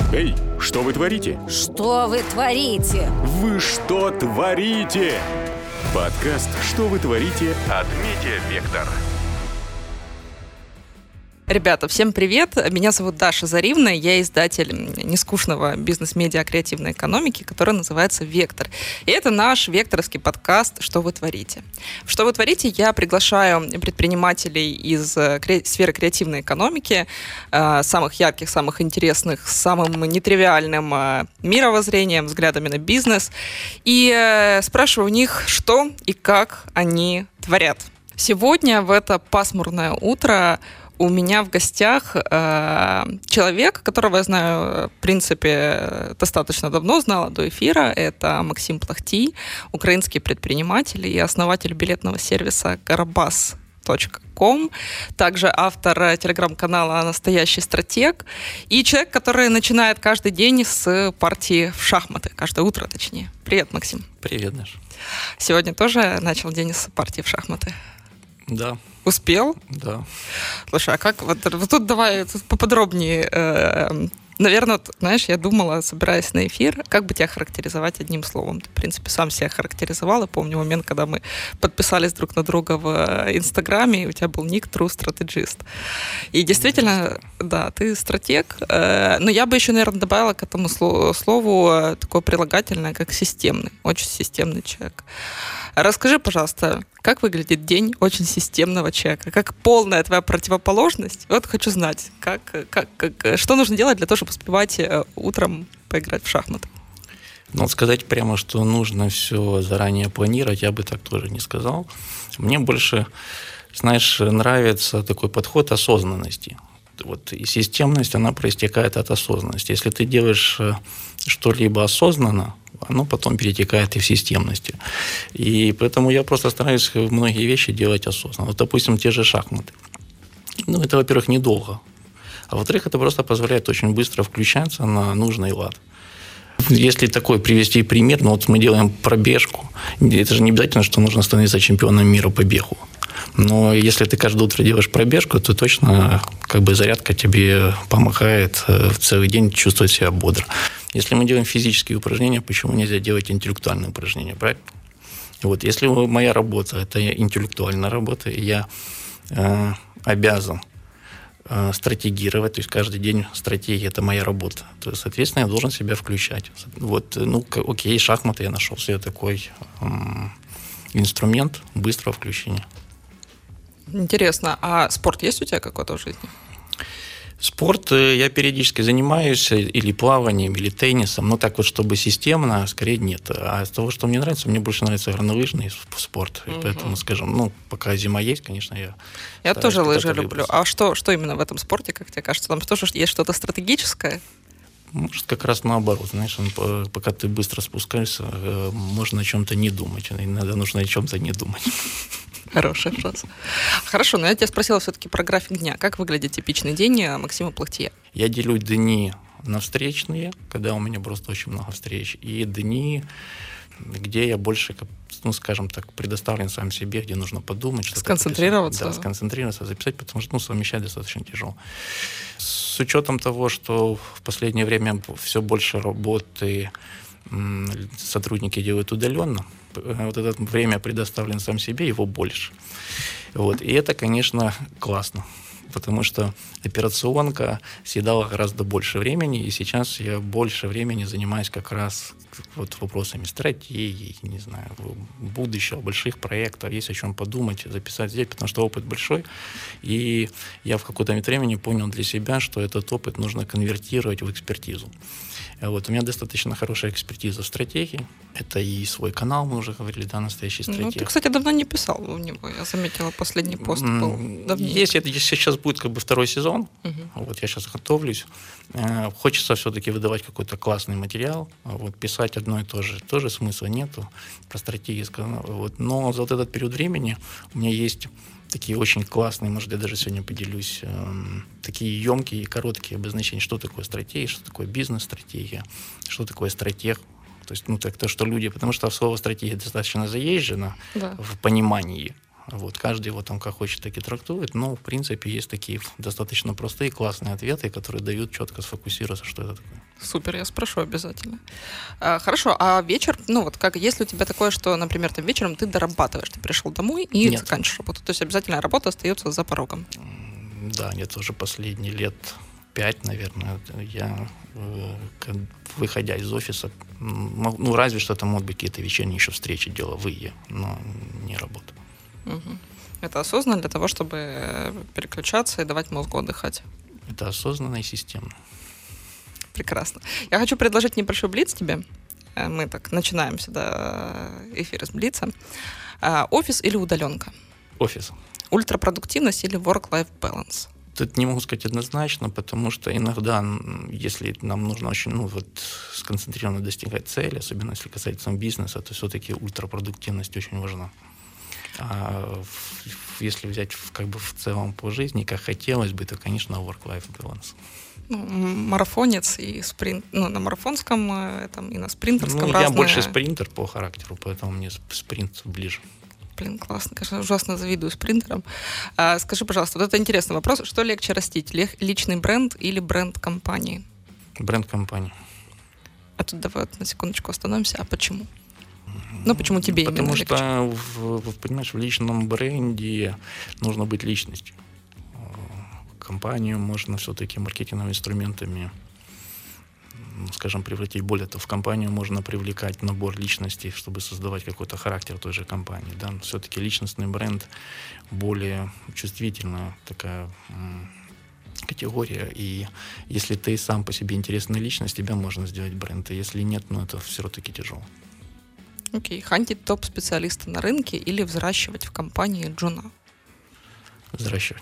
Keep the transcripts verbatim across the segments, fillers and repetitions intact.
Эй, что вы творите? Что вы творите? Вы что творите? Подкаст «Что вы творите» от Медиавектор. Ребята, всем привет! Меня зовут Даша Заривна, я издатель нескучного бизнес-медиа креативной экономики, который называется «Вектор». И это наш векторовский подкаст «Что вы творите?». В «Что вы творите?» я приглашаю предпринимателей из кре- сферы креативной экономики, э, самых ярких, самых интересных, с самым нетривиальным э, мировоззрением, взглядами на бизнес, и э, спрашиваю у них, что и как они творят. Сегодня, в это пасмурное утро, у меня в гостях э, человек, которого я знаю, в принципе, достаточно давно, знала до эфира. Это Максим Плахтій, украинский предприниматель и основатель билетного сервиса карабас точка ком, также автор телеграм-канала «Настоящий стратег» и человек, который начинает каждый день с партии в шахматы, каждое утро точнее. Привет, Максим. Привет, Даша. Сегодня тоже начал день с партии в шахматы? Да. Успел? Да. Слушай, а как... Вот, вот тут давай тут поподробнее. Э, наверное, вот, знаешь, я думала, собираясь на эфир, как бы тебя характеризовать одним словом. Ты, в принципе, сам себя характеризовал. Я помню момент, когда мы подписались друг на друга в Инстаграме, и у тебя был ник True Strategist. И действительно, да, ты стратег. Э, но я бы еще, наверное, добавила к этому слову, слову такое прилагательное, как системный. Очень системный человек. Расскажи, пожалуйста, как выглядит день очень системного человека? Как полная твоя противоположность? Вот хочу знать, как, как, как, что нужно делать для того, чтобы успевать утром поиграть в шахматы? Ну, сказать прямо, что нужно все заранее планировать, я бы так тоже не сказал. Мне больше, знаешь, нравится такой подход осознанности. Вот, и системность, она проистекает от осознанности. Если ты делаешь что-либо осознанно, оно потом перетекает и в системности. И поэтому я просто стараюсь многие вещи делать осознанно. Вот, допустим, те же шахматы. Ну, это, во-первых, недолго. А во-вторых, это просто позволяет очень быстро включаться на нужный лад. Если такой привести пример, ну вот мы делаем пробежку. Это же не обязательно, что нужно становиться чемпионом мира по бегу. Но если ты каждое утро делаешь пробежку, то точно как бы зарядка тебе помогает в целый день чувствовать себя бодро. Если мы делаем физические упражнения, почему нельзя делать интеллектуальные упражнения, правильно? Вот, если моя работа – это интеллектуальная работа, и я э, обязан э, стратегировать, то есть каждый день стратегия – это моя работа, то, соответственно, я должен себя включать. Вот, ну, окей, шахматы, я нашел себе такой э, инструмент быстрого включения. Интересно, а спорт есть у тебя какой-то в жизни? Спорт я периодически занимаюсь, или плаванием, или теннисом, но так вот, чтобы системно, скорее нет. А из того, что мне нравится, мне больше нравится горнолыжный спорт. И угу. Поэтому, скажем, ну, пока зима есть, конечно, я Я тоже лыжи люблю. А что, что именно в этом спорте, как тебе кажется? Там тоже есть что-то стратегическое? Может, как раз наоборот, знаешь, пока ты быстро спускаешься, можно о чем-то не думать. Иногда нужно о чем-то не думать. Хорошая фраза. Хорошо, но я тебя спросила все-таки про график дня. Как выглядит типичный день Максима Плахтія? Я делю дни на встречные, когда у меня просто очень много встреч, и дни, где я больше, ну, скажем так, предоставлен сам себе, где нужно подумать. Что-то сконцентрироваться. Да, сконцентрироваться, записать, потому что, ну, совмещать достаточно тяжело. С учетом того, что в последнее время все больше работы сотрудники делают удаленно, вот это время предоставлен сам себе, его больше. Вот. И это, конечно, классно, потому что операционка съедала гораздо больше времени, и сейчас я больше времени занимаюсь как раз вот вопросами стратегии, не знаю, будущего, больших проектов, есть о чем подумать, записать здесь, потому что опыт большой, и я в какое-то времени понял для себя, что этот опыт нужно конвертировать в экспертизу. Вот. У меня достаточно хорошая экспертиза в стратегии. Это и свой канал, мы уже говорили, да, «Настоящий стратег». Ну, ты, кстати, давно не писал у него. Я заметила, последний пост был давненько. Если это сейчас будет как бы второй сезон, угу. Вот я сейчас готовлюсь. Хочется все-таки выдавать какой-то классный материал. Вот, писать одно и то же. Тоже смысла нету. Про стратегии сказал. Вот. Но за вот этот период времени у меня есть такие очень классные, может, я даже сегодня поделюсь, э, такие емкие и короткие обозначения, что такое стратегия, что такое бизнес-стратегия, что такое стратег. То есть, ну, так то, что люди, потому что слово стратегия достаточно заезжено, да, в понимании. Вот, каждый его там как хочет, так и трактует, но, в принципе, есть такие достаточно простые, классные ответы, которые дают четко сфокусироваться, что это такое. Супер, я спрошу обязательно. А, хорошо, а вечер, ну вот как, если у тебя такое, что, например, там вечером ты дорабатываешь, ты пришел домой и Нет. заканчиваешь работу, то есть обязательно работа остается за порогом? Да, нет, уже последние лет пять, наверное, я, выходя из офиса, ну, разве что это могут быть какие-то вечерние еще встречи, деловые, но не работа. Угу. Это осознанно для того, чтобы переключаться и давать мозгу отдыхать? Это осознанно и системно. Прекрасно. Я хочу предложить небольшой блиц тебе. Мы так начинаем всегда эфир с блица. Офис или удаленка? Офис. Ультрапродуктивность или work-life balance? Тут не могу сказать однозначно, потому что иногда, если нам нужно очень ну, вот, сконцентрированно достигать цели, особенно если касается бизнеса, то все-таки ультрапродуктивность очень важна. А если взять как бы в целом по жизни, как хотелось бы, то, конечно, work-life balance. Ну, марафонец и спринт, ну, на марафонском этом, и на спринтерском ну, разные. Я больше спринтер по характеру, поэтому мне спринт ближе. Блин, классно, конечно, ужасно завидую спринтерам. А, скажи, пожалуйста, вот это интересный вопрос. Что легче растить, личный бренд или бренд компании? Бренд компании. А тут давай вот на секундочку остановимся. А почему? Ну, почему тебе Потому именно что, легче? в, в, понимаешь, в личном бренде нужно быть личностью. Компанию можно все-таки маркетинговыми инструментами, скажем, превратить. Более того, в компанию можно привлекать набор личностей, чтобы создавать какой-то характер той же компании. Да? Все-таки личностный бренд более чувствительная такая м- категория. И если ты сам по себе интересная личность, тебя можно сделать бренд. И если нет, ну это все-таки тяжело. Окей. Хантить топ-специалиста на рынке или взращивать в компании джуна? Взращивать.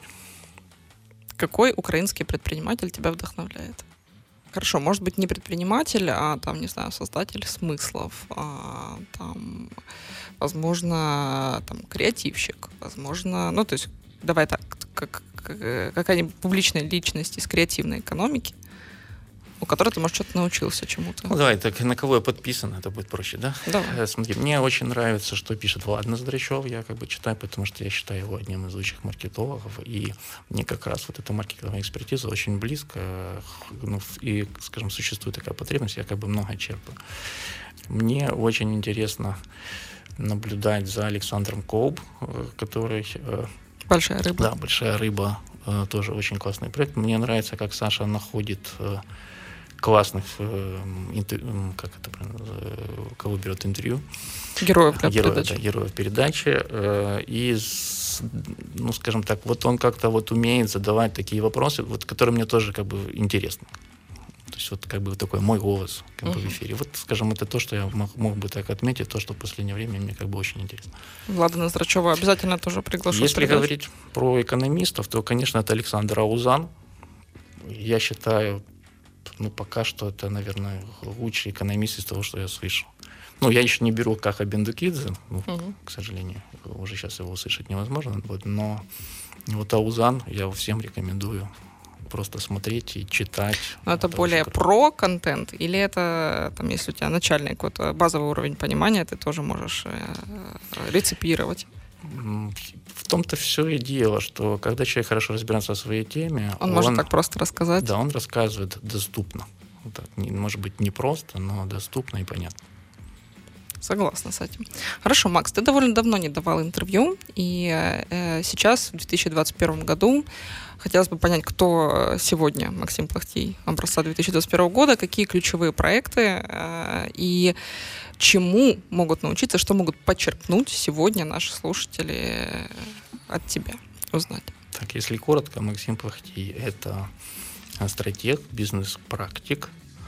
Какой украинский предприниматель тебя вдохновляет? Хорошо, может быть, не предприниматель, а там, не знаю, создатель смыслов, а, там, возможно, там, креативщик, возможно, ну, то есть, давай так, как, как, какая-нибудь публичная личность из креативной экономики, у которой ты, может, что-то научился чему-то. Ну, давай, так на кого я подписан, это будет проще, да? Давай. Смотри, мне очень нравится, что пишет Влад Ноздрачев, я как бы читаю, потому что я считаю его одним из лучших маркетологов, и мне как раз вот эта маркетинговая экспертиза очень близко, ну, и, скажем, существует такая потребность, я как бы много черпаю. Мне очень интересно наблюдать за Александром Коуб, который... Большая рыба. Да, «Большая рыба», тоже очень классный проект. Мне нравится, как Саша находит классных, как это правильно, кого берет интервью. Героев для Героев, передачи. Да, героев передачи. И, ну, скажем так, вот он как-то вот умеет задавать такие вопросы, вот, которые мне тоже как бы интересны. То есть вот как бы такой мой голос как бы, uh-huh. в эфире. Вот, скажем, это то, что я мог, мог бы так отметить, то, что в последнее время мне как бы очень интересно. Влада Ноздрачева обязательно тоже приглашу. Если говорить про экономистов, то, конечно, это Александр Аузан. Я считаю, ну, пока что это, наверное, лучший экономист из того, что я слышал. Ну, я еще не беру Каха Бендукидзе, ну, uh-huh. к сожалению, уже сейчас его услышать невозможно, вот, но вот Аузан я всем рекомендую просто смотреть и читать. Но это, это более про контент, или это, там, если у тебя начальный какой-то базовый уровень понимания, ты тоже можешь э, реципировать? В том-то все и дело, что когда человек хорошо разбирается в своей теме... Он, он может так просто рассказать? Да, он рассказывает доступно. Так, может быть, не просто, но доступно и понятно. Согласна с этим. Хорошо, Макс, ты довольно давно не давал интервью, и э, сейчас, в две тысячи двадцать первом году, хотелось бы понять, кто сегодня Максим Плахтий образца две тысячи двадцать первого года, какие ключевые проекты э, и чему могут научиться, что могут почерпнуть сегодня наши слушатели от тебя узнать. Так, если коротко, Максим Плахтий — это стратег, бизнес-практик,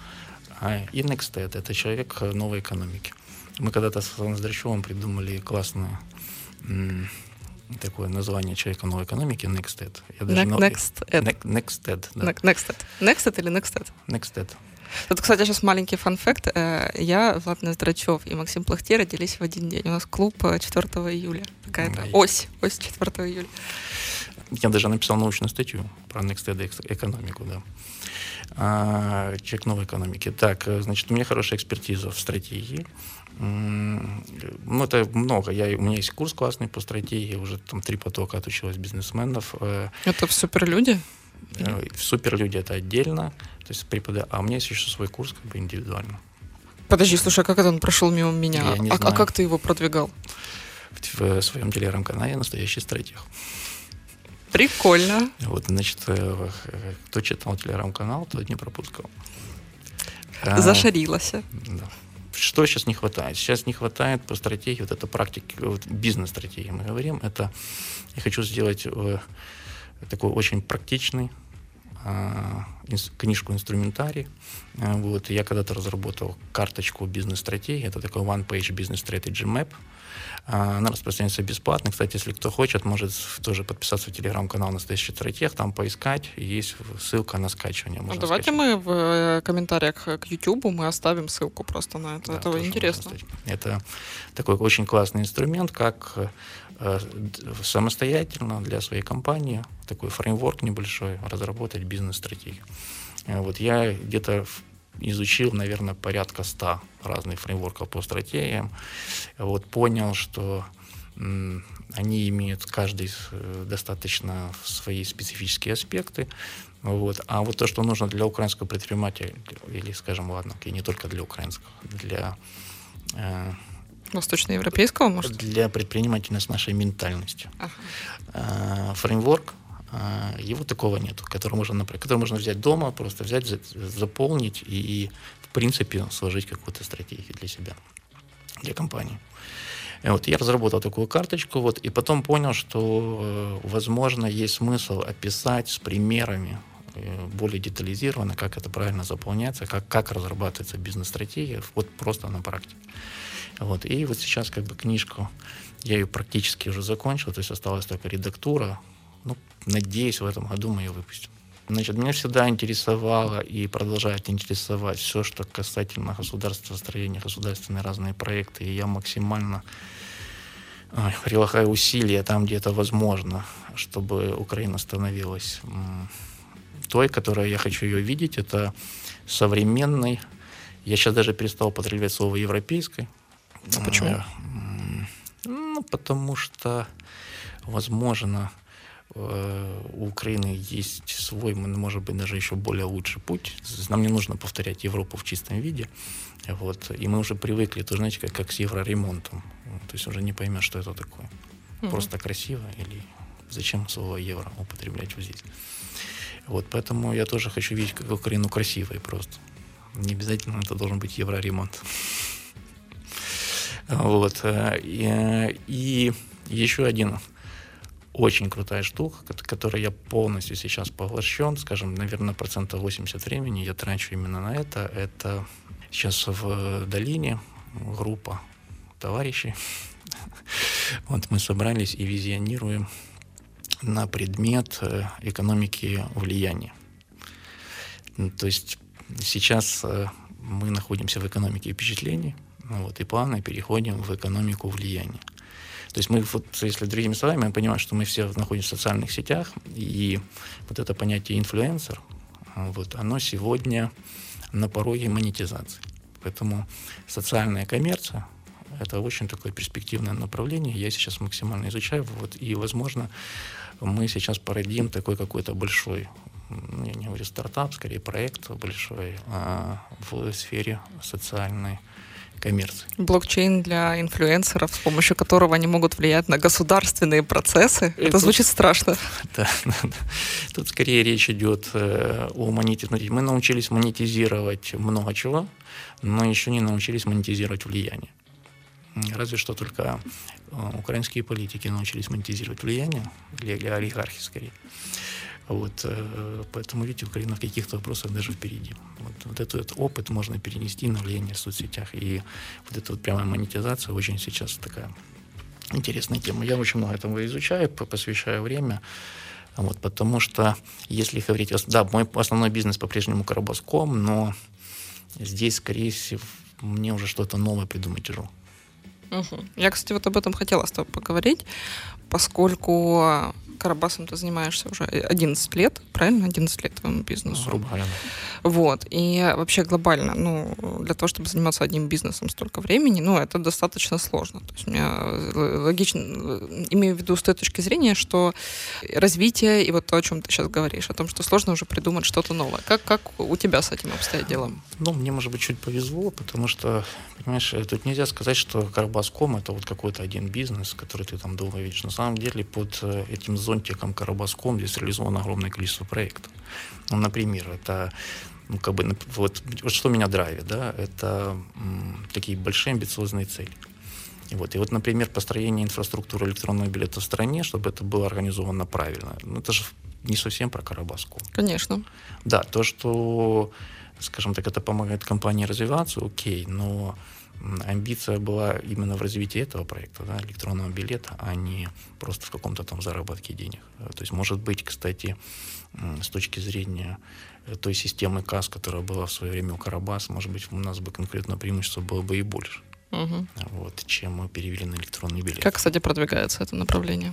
и Nexted — это человек новой экономики. Мы когда-то с Ноздрачевым придумали классное м, такое название человека новой экономики — Nexted. Nexted. Nexted, да. Nexted. Nexted или Nexted? Nexted. Тут, кстати, сейчас маленький фан-факт. Я, Влад Ноздрачев и Максим Плахтий родились в один день. У нас клуб четвёртого июля. Какая-то ось, ось четвёртого июля. Я даже написал научную статью про Next экономику, да. А, человек новой экономики. Так, значит, у меня хорошая экспертиза в стратегии. Ну, это много. Я, у меня есть курс классный по стратегии, уже там три потока отучилась бизнесменов. Это в суперлюди? В суперлюди это отдельно, то есть преподаю, а у меня есть еще свой курс как бы индивидуально. Подожди, слушай, а как это он прошел мимо меня? А, а как ты его продвигал? В, в своем телеграм-канале «Настоящий стратег». Прикольно. Вот, значит, кто читал телеграм-канал, тот не пропускал. Зашарилась. Да. Что сейчас не хватает? Сейчас не хватает по стратегии, вот это практики, вот бизнес-стратегии мы говорим, это я хочу сделать э, такой очень практичный э, инс, книжку-инструментарий. Э, вот, я когда-то разработал карточку бизнес-стратегии, это такой one-page business strategy map. Она распространяется бесплатно. Кстати, если кто хочет, может тоже подписаться в телеграм-канал «Настоящий стратег», там поискать, есть ссылка на скачивание. А давайте скачивать. Мы в комментариях к YouTube мы оставим ссылку просто на это. Да, это интересно. Это такой очень классный инструмент, как э, самостоятельно для своей компании такой фреймворк небольшой разработать бизнес-стратегию. Вот я где-то изучил, наверное, порядка ста разных фреймворков по стратегиям. Вот, понял, что м, они имеют каждый достаточно свои специфические аспекты. Вот. А вот то, что нужно для украинского предпринимателя, или, скажем, ладно, и не только для украинского, для э, восточноевропейского, может? Для предпринимателя с нашей ментальностью. Ага. Э, фреймворк, его такого нету, который можно, который можно взять дома, просто взять, заполнить и, в принципе, сложить какую-то стратегию для себя, для компании. И вот я разработал такую карточку, вот, и потом понял, что, возможно, есть смысл описать с примерами более детализированно, как это правильно заполняется, как, как разрабатывается бизнес-стратегия, вот просто на практике. Вот, и вот сейчас как бы книжку, я ее практически уже закончил, то есть осталась только редактура. Ну, надеюсь, в этом году мы ее выпустим. Значит, меня всегда интересовало и продолжает интересовать все, что касательно государствостроения, государственные разные проекты. И я максимально ой, прилагаю усилия там, где это возможно, чтобы Украина становилась м, той, которой я хочу ее видеть. Это современной. Я сейчас даже перестал употреблять слово «европейской». А почему? Ну, потому что, возможно, у Украины есть свой, может быть, даже еще более лучший путь. Нам не нужно повторять Европу в чистом виде. Вот. И мы уже привыкли, то знаете, как, как с евроремонтом. То есть уже не поймешь, что это такое. Mm-hmm. Просто красиво или зачем слово евро употреблять вот здесь. Вот. Поэтому я тоже хочу видеть как Украину красивой просто. Не обязательно это должен быть евроремонт. Вот. И, и еще один очень крутая штука, которой я полностью сейчас поглощен, скажем, наверное, процентов восемьдесят времени я трачу именно на это. Это сейчас в долине группа товарищей. Вот мы собрались и визионируем на предмет экономики влияния. То есть сейчас мы находимся в экономике впечатлений, вот, и плавно переходим в экономику влияния. То есть мы, вот, если другими словами, мы понимаем, что мы все находимся в социальных сетях, и вот это понятие инфлюенсер, вот, оно сегодня на пороге монетизации. Поэтому социальная коммерция – это очень такое перспективное направление. Я сейчас максимально изучаю, вот, и, возможно, мы сейчас породим такой какой-то большой, я не говорю стартап, скорее проект большой а, в сфере социальной коммерции. Блокчейн для инфлюенсеров, с помощью которого они могут влиять на государственные процессы. Это, Это звучит страшно. Да, да, да. Тут скорее речь идет о монетизации. Мы научились монетизировать много чего, но еще не научились монетизировать влияние. Разве что только украинские политики научились монетизировать влияние, или олигархи скорее. Вот, поэтому, видите, Украина в каких-то вопросах даже впереди. Вот, вот этот опыт можно перенести на влияние в соцсетях. И вот эта вот прямая монетизация очень сейчас такая интересная тема. Я очень много этому изучаю, посвящаю время. Вот, потому что, если говорить... Да, мой основной бизнес по-прежнему Карабаском, но здесь, скорее всего, мне уже что-то новое придумать тяжело. Угу. Я, кстати, вот об этом хотела с тобой поговорить, поскольку Карабасом ты занимаешься уже одиннадцать лет, правильно? одиннадцать лет твоему бизнесу. Грубо говоря. Вот. И вообще глобально, ну, для того, чтобы заниматься одним бизнесом столько времени, ну, это достаточно сложно. То есть у меня логично, имею в виду с той точки зрения, что развитие и вот то, о чем ты сейчас говоришь, о том, что сложно уже придумать что-то новое. Как, как у тебя с этим обстоят дела? Ну, мне, может быть, чуть повезло, потому что, понимаешь, тут нельзя сказать, что Карабас.ком — это вот какой-то один бизнес, который ты там долго видишь. На самом деле, под этим зонтиком Карабас.ком здесь реализовано огромное количество проектов. Ну, например, это, ну, как бы, вот, вот что меня драйвит, да, это м, такие большие амбициозные цели. И вот, и вот, например, построение инфраструктуры электронного билета в стране, чтобы это было организовано правильно, ну, это же не совсем про Карабас.ком. Конечно. Да, то, что, скажем так, это помогает компании развиваться, окей, но амбиция была именно в развитии этого проекта, да, электронного билета, а не просто в каком-то там заработке денег. То есть, может быть, кстати, с точки зрения той системы КАС, которая была в свое время у Карабаса, может быть, у нас бы конкретное преимущество было бы и больше, угу. вот, чем мы перевели на электронный билет. Как, кстати, продвигается это направление?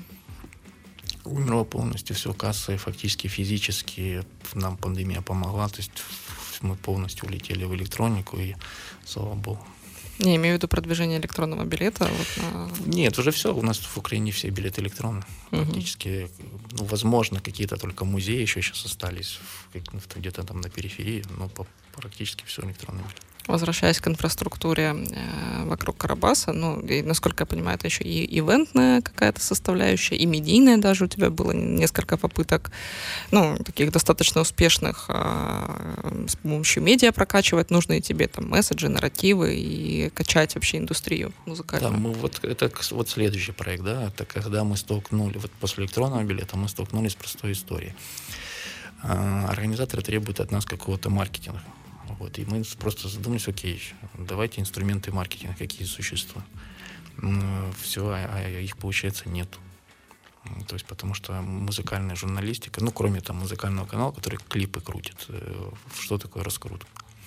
Умерло полностью все, кассы фактически физически, нам пандемия помогла, то есть мы полностью улетели в электронику, и слава богу. Не, имею в виду продвижение электронного билета. Вот на... Нет, уже все. У нас в Украине все билеты электронные. Uh-huh. Практически. Ну, возможно, какие-то только музеи еще сейчас остались где-то там на периферии, но практически все электронный билет. Возвращаясь к инфраструктуре э, вокруг Карабаса, ну, и, насколько я понимаю, это еще и ивентная какая-то составляющая, и медийная даже у тебя было несколько попыток, ну, таких достаточно успешных э, с помощью медиа прокачивать нужные тебе там месседжи, нарративы и качать вообще индустрию музыкальную. Да, мы вот, это вот следующий проект, да, это когда мы столкнули, вот после электронного билета мы столкнулись с простой историей. Э, организаторы требуют от нас какого-то маркетинга. Вот, и мы просто задумались, окей, давайте инструменты маркетинга какие существуют. Все, а, а их, получается, нету. То есть, потому что музыкальная журналистика, ну, кроме там музыкального канала, который клипы крутит, что такое раскрутка?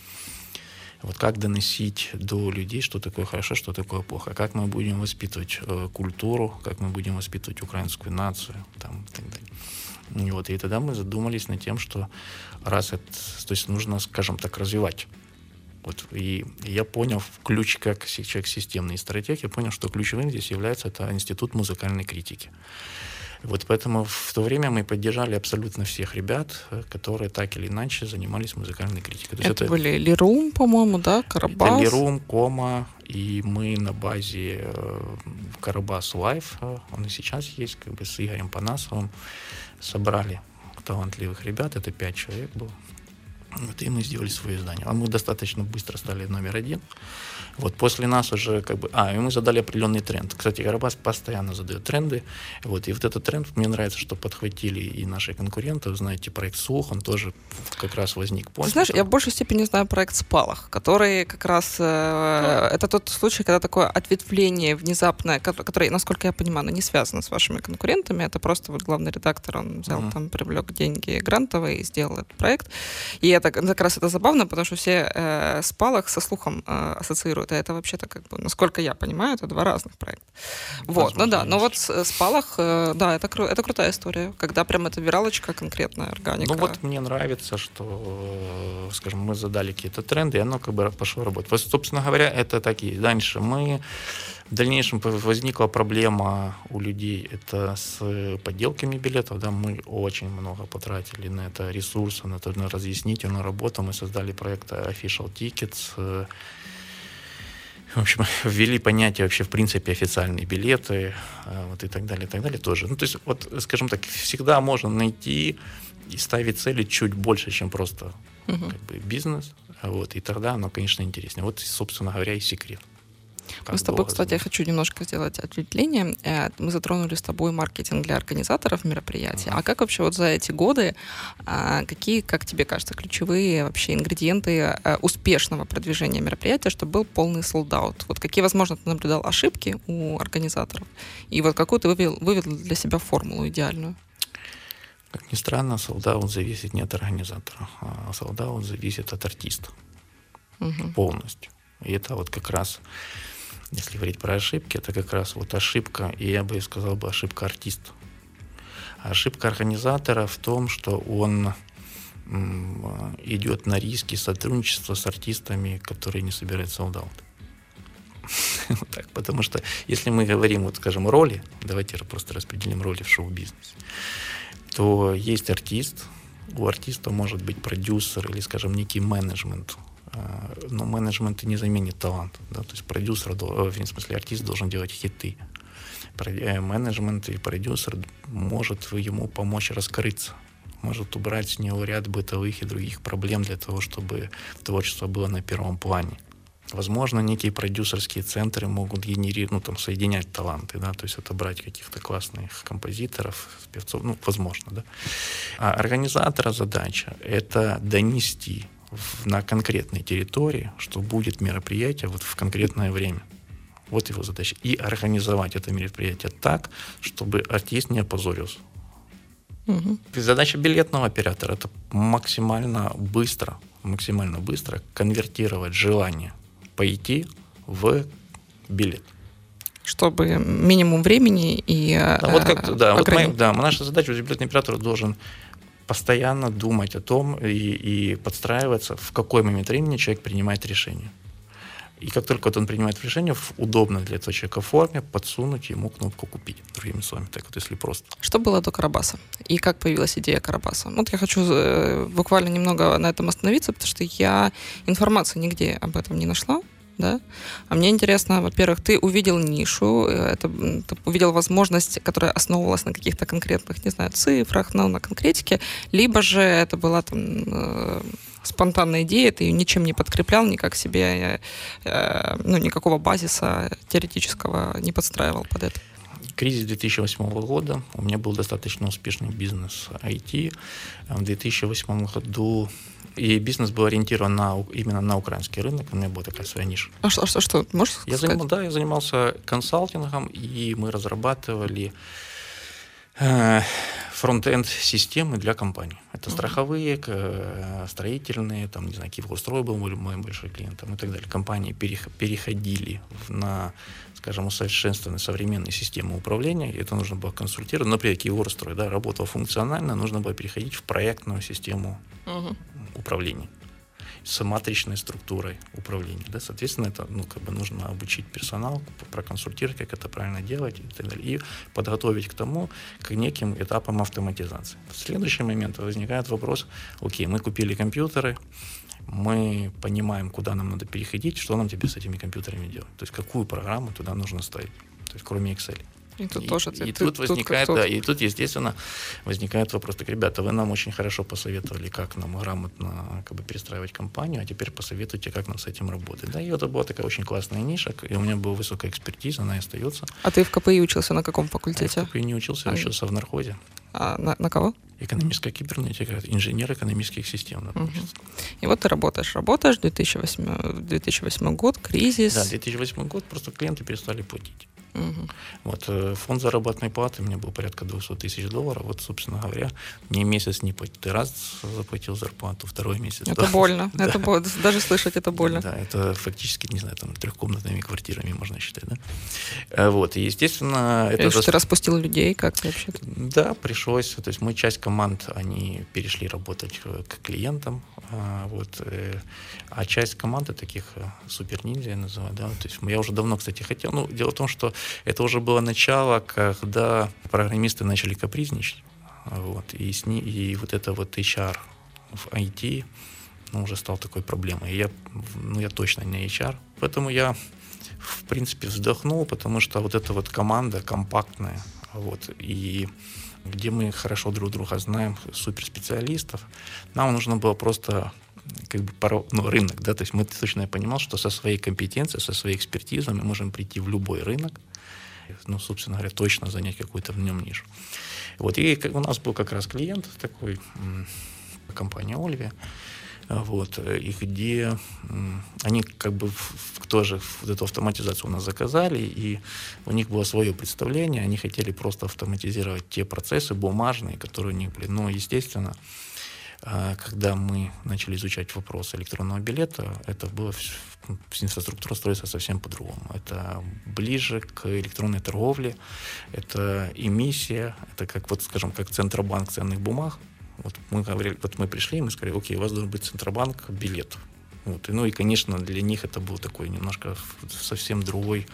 Вот как доносить до людей, что такое хорошо, что такое плохо? Как мы будем воспитывать э, культуру, как мы будем воспитывать украинскую нацию, там, и так далее. И, вот, и тогда мы задумались над тем, что раз это, то есть нужно, скажем так, развивать. Вот, и, и я понял ключ, как человек системный стратег, я понял, что ключевым здесь является это институт музыкальной критики. Вот поэтому в то время мы поддержали абсолютно всех ребят, которые так или иначе занимались музыкальной критикой. Это, это были Лерум, по-моему, да, Карабас? Это Лерум, Кома, и мы на базе э, Карабас Лайв, э, он и сейчас есть, как бы с Игорем Панасовым, собрали талантливых ребят, это пять человек было. Вот, и мы сделали свое издание. А мы достаточно быстро стали номер один. Вот, после нас уже как бы... А, и мы задали определенный тренд. Кстати, Карабас постоянно задает тренды. Вот, и вот этот тренд, мне нравится, что подхватили и наши конкуренты. Вы знаете, проект «Слух», он тоже как раз возник после. Знаешь, я в большей степени знаю проект «Спалах», который как раз... Э, это тот случай, когда такое ответвление внезапное, которое, насколько я понимаю, не связано с вашими конкурентами. Это просто вот главный редактор, он взял uh-huh. там, привлек деньги грантовые и сделал этот проект. И это как раз это забавно, потому что все э, «Спалах» со «Слухом» э, ассоциируют. А это вообще-то, как бы, насколько я понимаю, это два разных проекта. Вот, ну да, но вот «Спалах», э, да, это, кру- это крутая история, когда прям это виралочка конкретная, органика. Ну вот мне нравится, что, скажем, мы задали какие-то тренды, и оно как бы пошло работать. Вот, собственно говоря, это такие. Дальше мы... В дальнейшем возникла проблема у людей, это с подделками билетов, да, мы очень много потратили на это ресурсов, на, на разъяснительную работу, мы создали проект Official Tickets, в общем, ввели понятие вообще, в принципе, официальные билеты, вот, и так далее, и так далее тоже. Ну, то есть, вот, скажем так, всегда можно найти и ставить цели чуть больше, чем просто uh-huh. как бы, бизнес, вот, и тогда оно, конечно, интереснее. Вот, собственно говоря, и секрет. Как Мы с тобой, кстати, я хочу немножко сделать ответвление. Мы затронули с тобой маркетинг для организаторов мероприятий. Mm-hmm. А как вообще вот за эти годы, какие, как тебе кажется, ключевые вообще ингредиенты успешного продвижения мероприятия, чтобы был полный солд-аут? Вот какие, возможно, ты наблюдал ошибки у организаторов? И вот какую ты вывел, вывел для себя формулу идеальную? Как ни странно, солд-аут зависит не от организатора, а солд-аут зависит от артиста. Mm-hmm. Полностью. И это вот как раз... если говорить про ошибки, это как раз вот ошибка, и я бы сказал бы ошибка артиста. Ошибка организатора в том, что он м, идет на риски сотрудничества с артистами, которые не собирают солдат. Так, потому что если мы говорим, вот скажем, роли, давайте просто распределим роли в шоу-бизнесе, то есть артист, у артиста может быть продюсер или, скажем, некий менеджмент, но менеджмент не заменит талант. Да? То есть продюсер, в смысле артист должен делать хиты. Менеджмент и продюсер может ему помочь раскрыться, может убрать с него ряд бытовых и других проблем для того, чтобы творчество было на первом плане. Возможно, некие продюсерские центры могут генерировать, ну, там, соединять таланты, да, то есть отобрать каких-то классных композиторов, певцов, ну, возможно, да. А организатора задача — это донести в, на конкретной территории, что будет мероприятие вот в конкретное время. Вот его задача. И организовать это мероприятие так, чтобы артист не опозорился. Угу. Задача билетного оператора — это максимально быстро, максимально быстро конвертировать желание пойти в билет. Чтобы минимум времени и да, вот как, да, вот мы, да, наша задача, билетный оператор должен постоянно думать о том и, и подстраиваться, в какой момент времени человек принимает решение. И как только вот он принимает решение в удобной для этого человека форме, подсунуть ему кнопку «Купить». Другими словами, так вот, если просто. Что было до Карабаса? И как появилась идея Карабаса? Вот я хочу э, буквально немного на этом остановиться, потому что я информации нигде об этом не нашла. Да? А мне интересно, во-первых, ты увидел нишу, это, ты увидел возможность, которая основывалась на каких-то конкретных, не знаю, цифрах, но на конкретике, либо же это была там э, спонтанная идея, ты ее ничем не подкреплял, никак себе, э, ну, никакого базиса теоретического не подстраивал под это. Кризис две тысячи восьмого года. У меня был достаточно успешный бизнес ай ти. В две тысячи восьмом году и бизнес был ориентирован на, именно на украинский рынок. У меня была такая своя ниша. А что, что, что? Можешь я сказать? Заним, да, я занимался консалтингом, и мы разрабатывали э, фронт-энд системы для компаний. Это страховые, э, строительные, там, не знаю, Киевстрой был мой большой клиент, там, и так далее. Компании переходили на, скажем, усовершенствованные современные системы управления, и это нужно было консультировать. Например, Киевстрой, да, работал функционально, нужно было переходить в проектную систему uh-huh. управления с матричной структурой управления. Да? Соответственно, это, ну, как бы нужно обучить персонал, проконсультировать, как это правильно делать и так далее, и подготовить к тому, к неким этапам автоматизации. В следующий момент возникает вопрос: окей, мы купили компьютеры, мы понимаем, куда нам надо переходить, что нам теперь с этими компьютерами делать, то есть какую программу туда нужно ставить, то есть кроме Excel. И тут, и, тоже, и, ты, тут ты, возникает, тут, да, и тут, естественно, возникает вопрос: так, ребята, вы нам очень хорошо посоветовали, как нам грамотно, как бы, перестраивать компанию, а теперь посоветуйте, как нам с этим работать. Да, и это была такая очень классная ниша, и у меня была высокая экспертиза, она и остается. А ты в КПИ учился на каком факультете? Я в КПИ не учился, я а учился в нархозе. А на, на кого? Экономическая кибернетика, инженер экономических систем. Угу. И вот ты работаешь, работаешь, две тысячи восьмой год, кризис. Да, две тысячи восьмой год, просто клиенты перестали платить. Угу. Вот, фонд заработной платы у меня был порядка двести тысяч долларов. Вот, собственно говоря, мне месяц не платит. Ты раз заплатил зарплату, второй месяц. Это да. больно. Да. Это больно. Даже слышать это больно. Да, это фактически, не знаю, там трехкомнатными квартирами можно считать, да. Вот, и, естественно... Это что, ты распустил людей, как ты вообще? Да, пришлось. То есть мы, часть команд, они перешли работать к клиентам, вот, а часть команды таких супер-ниндзя, я называю, да, то есть я уже давно, кстати, хотел, ну, дело в том, что это уже было начало, когда программисты начали капризничать, вот, и, с ней, и вот это вот эйч ар в ай ти, ну, уже стал такой проблемой. И я, ну, я точно не эйч ар, поэтому я, в принципе, вздохнул, потому что вот эта вот команда компактная, вот, и где мы хорошо друг друга знаем, суперспециалистов, нам нужно было просто, как бы, ну, рынок, да, то есть мы точно я понимал, что со своей компетенцией, со своей экспертизой мы можем прийти в любой рынок, ну, собственно говоря, точно занять какую-то в нем нишу. Вот, и у нас был как раз клиент такой, компания Ольвия, вот, и где они как бы тоже вот эту автоматизацию у нас заказали, и у них было свое представление, они хотели просто автоматизировать те процессы бумажные, которые у них были. Но, естественно, когда мы начали изучать вопрос электронного билета, это было инфраструктура строится совсем по-другому. Это ближе к электронной торговле, это эмиссия, это как вот, скажем, как Центробанк ценных бумаг. Вот мы говорили, вот мы пришли, и мы сказали, окей, у вас должен быть Центробанк билет. Вот. И, ну и, конечно, для них это был такой немножко совсем другой,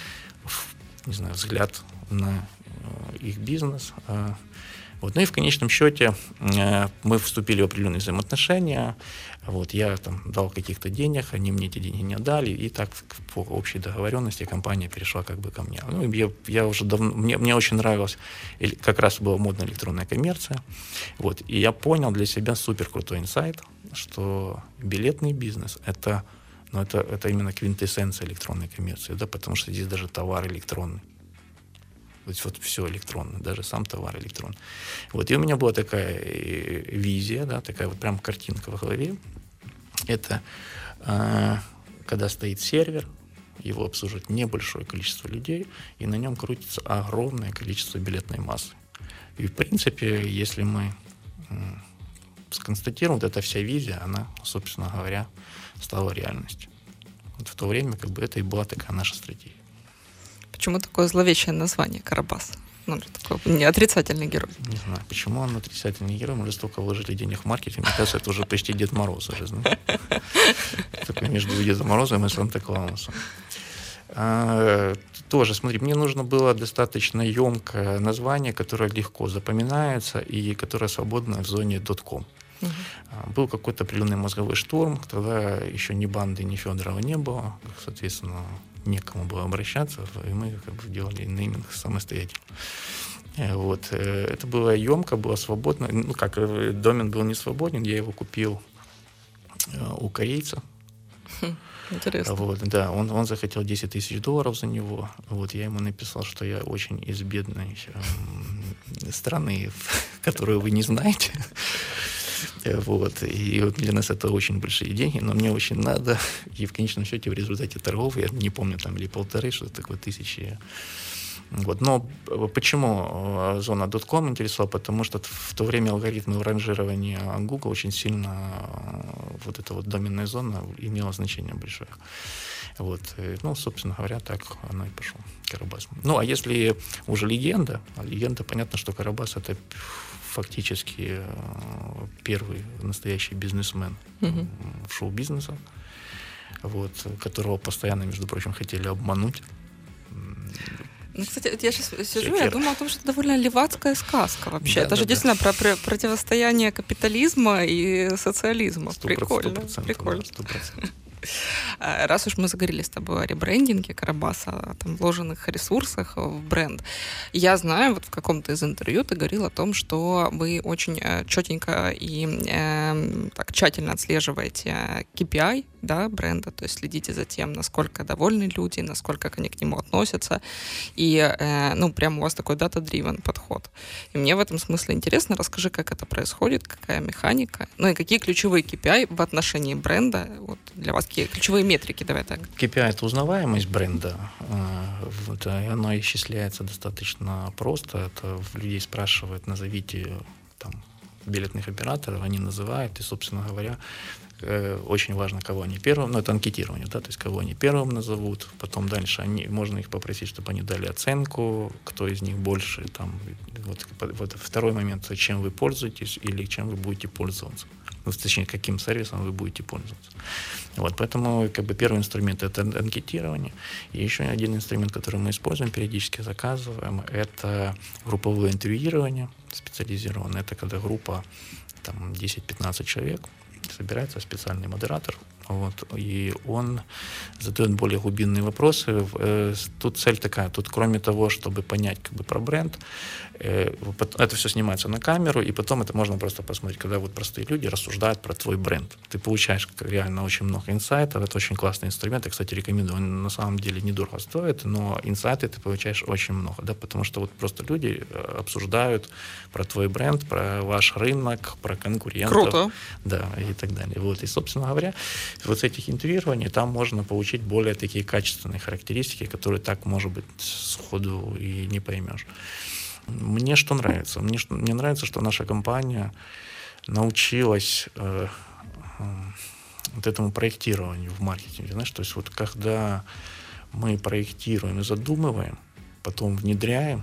не знаю, взгляд на их бизнес. Вот. Ну и в конечном счете мы вступили в определенные взаимоотношения. Вот, я там дал каких-то денег, они мне эти деньги не отдали, и так по общей договоренности компания перешла как бы ко мне. Ну, я, я уже давно, мне, мне очень нравилась, как раз была модная электронная коммерция. Вот, и я понял для себя супер крутой инсайт, что билетный бизнес это, ну, это, это именно квинтэссенция электронной коммерции, да, потому что здесь даже товар электронный. То есть вот все электронно, даже сам товар электронный. Вот, и у меня была такая визия, да, такая вот прям картинка в голове. Это э, когда стоит сервер, его обслуживает небольшое количество людей, и на нем крутится огромное количество билетной массы. И в принципе, если мы э, сконстатируем, вот эта вся визия, она, собственно говоря, стала реальностью. Вот в то время как бы это и была такая наша стратегия. Почему такое зловещее название Карабас? Ну, такой не отрицательный герой. Не знаю, почему он отрицательный герой. Мы же столько вложили денег в маркетинг. Мне кажется, это уже почти Дед Мороз уже, знаешь. Такой между Дедом Морозом и Санта-Клаусом. А, тоже, смотри, мне нужно было достаточно емкое название, которое легко запоминается и которое свободно в зоне .com. Uh-huh. Был какой-то определенный мозговой штурм, тогда еще ни банды, ни Федорова не было, соответственно, некому было обращаться, и мы как бы делали нейминг самостоятельно. Вот. Это было емко, было свободно. Ну как, домен был не свободен, я его купил у корейца. Интересно. Вот, да, он, он захотел десять тысяч долларов за него. Вот, я ему написал, что я очень из бедной э, страны, которую вы не знаете. Вот, и вот для нас это очень большие деньги, но мне очень надо. И в конечном счете в результате торгов, я не помню, там или полторы, что-то такое, тысячи. Вот. Но почему зона .com интересовала? Потому что в то время алгоритмы ранжирования Google очень сильно, вот эта вот доменная зона имела значение большое. Вот. Ну, собственно говоря, так оно и пошло. Карабас. Ну, а если уже легенда, а легенда, понятно, что Карабас — это фактически первый настоящий бизнесмен mm-hmm. в шоу-бизнесе, вот, которого постоянно, между прочим, хотели обмануть. Ну, кстати, вот я сейчас сижу, я думаю о том, что это довольно левацкая сказка вообще. Да, это да, же да. действительно про, про противостояние капитализма и социализма. сто процентов, прикольно. сто процентов, прикольно. сто процентов. Раз уж мы заговорили с тобой о ребрендинге Карабаса, о там, вложенных ресурсах в бренд, я знаю, вот в каком-то из интервью ты говорил о том, что вы очень четенько и э, так тщательно отслеживаете кей пи ай, да, бренда, то есть следите за тем, насколько довольны люди, насколько они к нему относятся, и, э, ну, прям у вас такой data-driven подход. И мне в этом смысле интересно, расскажи, как это происходит, какая механика, ну и какие ключевые кей пи ай в отношении бренда, вот для вас, какие ключевые метрики, давай так. кей пи ай — это узнаваемость бренда, вот, и оно исчисляется достаточно просто, это людей спрашивают, назовите там билетных операторов, они называют, и, собственно говоря, очень важно, кого они первым, ну, это анкетирование, да, то есть кого они первым назовут, потом дальше они, можно их попросить, чтобы они дали оценку, кто из них больше, там, вот, вот второй момент, чем вы пользуетесь или чем вы будете пользоваться, ну, точнее, каким сервисом вы будете пользоваться. Вот, поэтому, как бы, первый инструмент — это анкетирование, и еще один инструмент, который мы используем, периодически заказываем, это групповое интервьюирование специализированное, это когда группа, там, десять-пятнадцать человек, собирается специальный модератор, вот, и он задает более глубинные вопросы. Тут цель такая, тут кроме того, чтобы понять как бы про бренд, это все снимается на камеру, и потом это можно просто посмотреть, когда вот простые люди рассуждают про твой бренд. Ты получаешь реально очень много инсайтов, это очень классный инструмент, я, кстати, рекомендую, он на самом деле недорого стоит, но инсайты ты получаешь очень много, да, потому что вот просто люди обсуждают про твой бренд, про ваш рынок, про конкурентов. Круто. Да, и так далее. Вот, и, собственно говоря, вот с этих интервьюирований там можно получить более такие качественные характеристики, которые так, может быть, сходу и не поймешь. Мне что нравится? Мне, что, мне нравится, что наша компания научилась э, э, вот этому проектированию в маркетинге. Знаешь, то есть вот когда мы проектируем и задумываем, потом внедряем,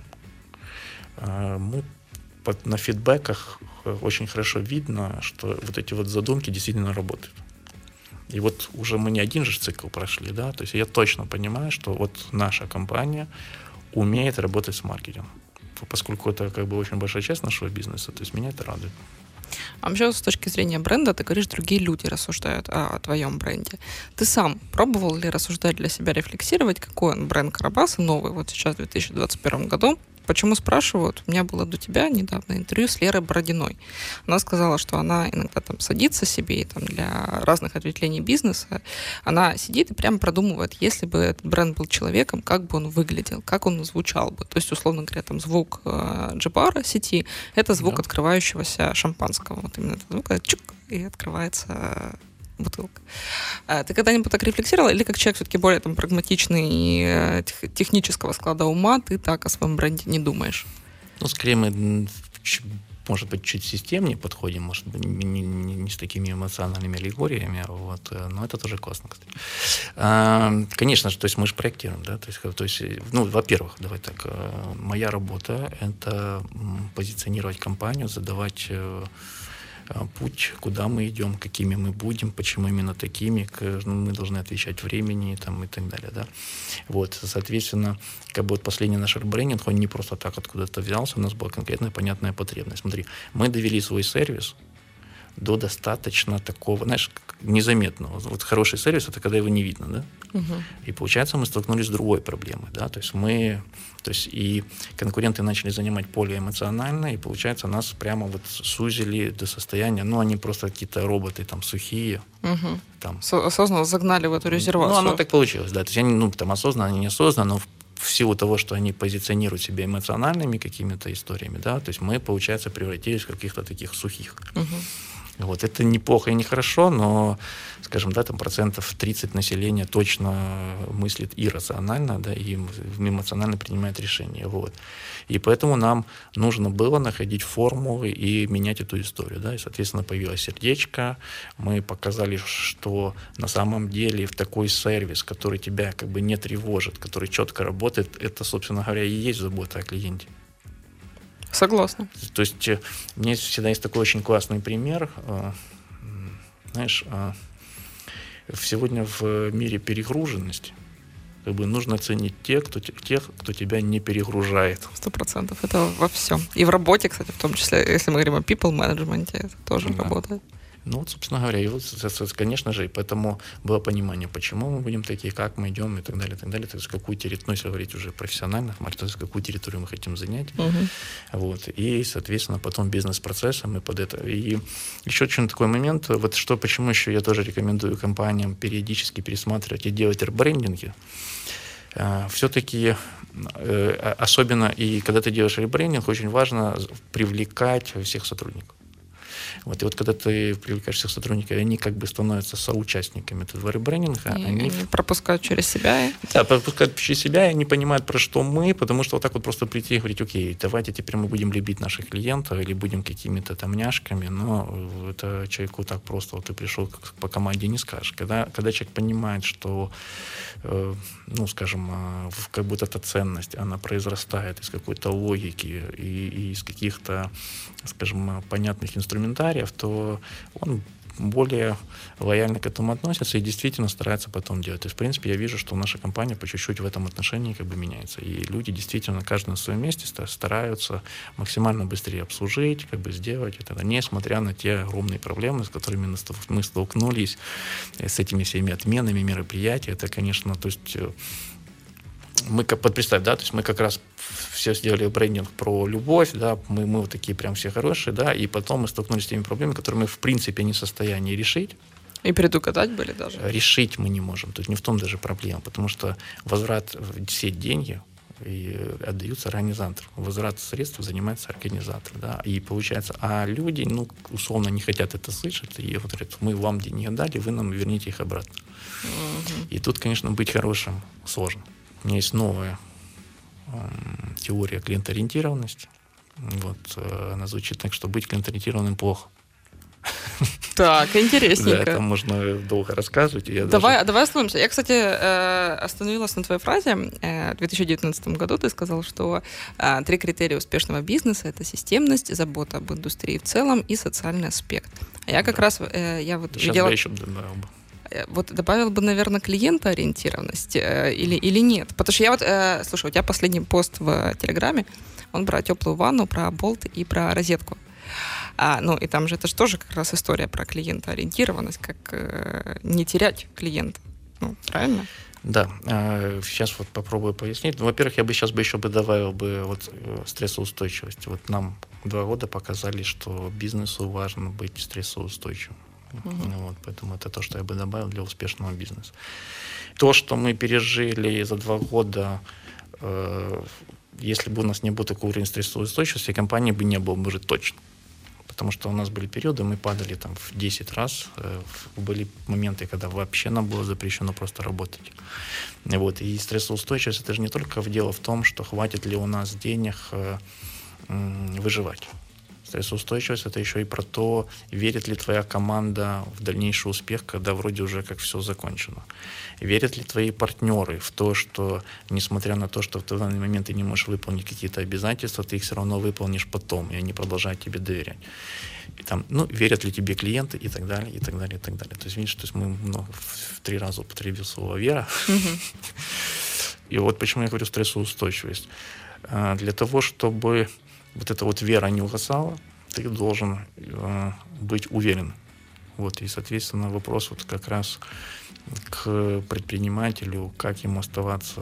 э, мы под, на фидбэках очень хорошо видно, что вот эти вот задумки действительно работают. И вот уже мы не один же цикл прошли, да, то есть я точно понимаю, что вот наша компания умеет работать с маркетингом, поскольку это как бы очень большая часть нашего бизнеса, то есть меня это радует. А вообще, с точки зрения бренда, ты говоришь, другие люди рассуждают о, о твоем бренде. Ты сам пробовал ли рассуждать для себя, рефлексировать, какой он бренд Карабаса новый, вот сейчас в две тысячи двадцать первом году? Почему спрашивают? У меня было до тебя недавно интервью с Лерой Бородиной. Она сказала, что она иногда там садится себе и, там, для разных ответвлений бизнеса, она сидит и прямо продумывает, если бы этот бренд был человеком, как бы он выглядел, как он звучал бы. То есть, условно говоря, там звук э, джи-бара сети — это звук да. открывающегося шампанского. Вот именно этот звук, чук, и открывается бутылка. А ты когда-нибудь так рефлексировала? Или как человек все-таки более там, прагматичный и тех, технического склада ума, ты так о своем бренде не думаешь? Ну, скорее мы, может быть, чуть системнее подходим, может быть, не, не, не с такими эмоциональными аллегориями, вот, но это тоже классно, кстати. А, конечно же, то есть мы же проектируем, да, то есть, то есть, ну, во-первых, давай так, моя работа — это позиционировать компанию, задавать путь, куда мы идем, какими мы будем, почему именно такими, мы должны отвечать времени там, и так далее. Да? Вот, соответственно, как бы вот последний наш ребрендинг, он не просто так откуда-то взялся, у нас была конкретная понятная потребность. Смотри, мы довели свой сервис до достаточно такого, знаешь, незаметного. Вот хороший сервис — это когда его не видно, да? Угу. И получается, мы столкнулись с другой проблемой, да, то есть мы, то есть и конкуренты начали занимать поле эмоционально, и получается, нас прямо вот сузили до состояния, ну, они просто какие-то роботы там сухие. Угу. Там. Осознанно загнали в эту резервацию. Ну, оно так получилось, да, то есть они, ну, там осознанно, неосознанно, но в силу того, что они позиционируют себя эмоциональными какими-то историями, да, то есть мы, получается, превратились в каких-то таких сухих. Угу. Вот. Это неплохо и нехорошо, но, скажем, да, там процентов тридцать населения точно мыслит иррационально, да, и эмоционально принимает решения. Вот. И поэтому нам нужно было находить формулы и менять эту историю. Да, и, соответственно, появилось сердечко. Мы показали, что на самом деле в такой сервис, который тебя как бы не тревожит, который четко работает, это, собственно говоря, и есть забота о клиенте. Согласна. То есть у меня всегда есть такой очень классный пример. Знаешь, сегодня в мире перегруженности как бы нужно ценить тех, кто, тех, кто тебя не перегружает. Сто процентов. Это во всем. И в работе, кстати, в том числе, если мы говорим о people management, это тоже да. работает. Ну, вот, собственно говоря, и вот, конечно же, и поэтому было понимание, почему мы будем такие, как мы идем и так далее, и так далее. То есть, какую территорию, ну, если говорить уже профессионально, то есть, какую территорию мы хотим занять. Uh-huh. Вот. И, соответственно, потом бизнес-процессы мы под это. И еще очень такой момент, вот что, почему еще я тоже рекомендую компаниям периодически пересматривать и делать ребрендинги. Все-таки, особенно и когда ты делаешь ребрендинг, очень важно привлекать всех сотрудников. Вот, и вот когда ты привлекаешь всех сотрудников, они как бы становятся соучастниками этого ребрендинга. И они... они пропускают через себя. Да, пропускают через себя, и они понимают, про что мы, потому что вот так вот просто прийти и говорить, окей, давайте теперь мы будем любить наших клиентов или будем какими-то там няшками, но это человеку так просто, вот ты пришел по команде, не скажешь. Когда, когда человек понимает, что, э, ну, скажем, э, как будто эта ценность, она произрастает из какой-то логики и, и из каких-то, скажем, понятных инструментариев, то он более лояльно к этому относится и действительно старается потом делать. То есть, в принципе, я вижу, что наша компания по чуть-чуть в этом отношении как бы меняется. И люди действительно, каждый на своем месте стараются максимально быстрее обслужить, как бы сделать это, несмотря на те огромные проблемы, с которыми мы столкнулись, с этими всеми отменами мероприятий. Это, конечно, то есть... Мы, как представь, да, то есть мы как раз все сделали брендинг про любовь, да, мы, мы вот такие прям все хорошие, да, и потом мы столкнулись с теми проблемами, которые мы в принципе не в состоянии решить. И предугадать были даже. Решить мы не можем, тут не в том даже проблема, потому что возврат, все деньги и отдаются организатору, возврат средств занимается организатор, да, и получается, а люди, ну, условно не хотят это слышать, и говорят, мы вам деньги отдали, вы нам верните их обратно. Угу. И тут, конечно, быть хорошим сложно. У меня есть новая э, теория клиентоориентированности. Вот, э, она звучит так, что быть клиентоориентированным плохо. Так, интересненько. Да, это можно долго рассказывать. Я давай, даже... давай остановимся. Я, кстати, остановилась на твоей фразе. В две тысячи девятнадцатом году ты сказал, что три критерия успешного бизнеса — это системность, забота об индустрии в целом и социальный аспект. А я как да. раз я вот Сейчас видела... я еще добавил бы. Вот добавил бы, наверное, клиентоориентированность или, или нет. Потому что я вот... Слушай, у тебя последний пост в Телеграме, он про теплую ванну, про болт и про розетку. А, ну, и там же это же тоже как раз история про клиентоориентированность, как э, не терять клиента. Ну, правильно? Да. Э, сейчас вот попробую пояснить. Ну, во-первых, я бы сейчас бы еще бы добавил бы вот стрессоустойчивость. Вот нам два года показали, что бизнесу важно быть стрессоустойчивым. Uh-huh. Вот, поэтому это то, что я бы добавил для успешного бизнеса. То, что мы пережили за два года, э, если бы у нас не был такой уровень стрессоустойчивости, компании бы не было, может, точно. Потому что у нас были периоды, мы падали там в десять раз, э, были моменты, когда вообще нам было запрещено просто работать. Вот. И стрессоустойчивость — это же не только дело в том, что хватит ли у нас денег э, э, выживать. Стрессоустойчивость — это еще и про то, верит ли твоя команда в дальнейший успех, когда вроде уже как все закончено. Верят ли твои партнеры в то, что, несмотря на то, что в данный момент ты не можешь выполнить какие-то обязательства, ты их все равно выполнишь потом, и они продолжают тебе доверять. И там, ну, верят ли тебе клиенты и так далее, и так далее, и так далее. То есть, видишь, то есть мы ну, в три раза употребил слово «вера». И вот почему я говорю стрессоустойчивость. Для того, чтобы вот эта вот вера не угасала, ты должен э, быть уверен. Вот, и, соответственно, вопрос вот как раз к предпринимателю, как ему оставаться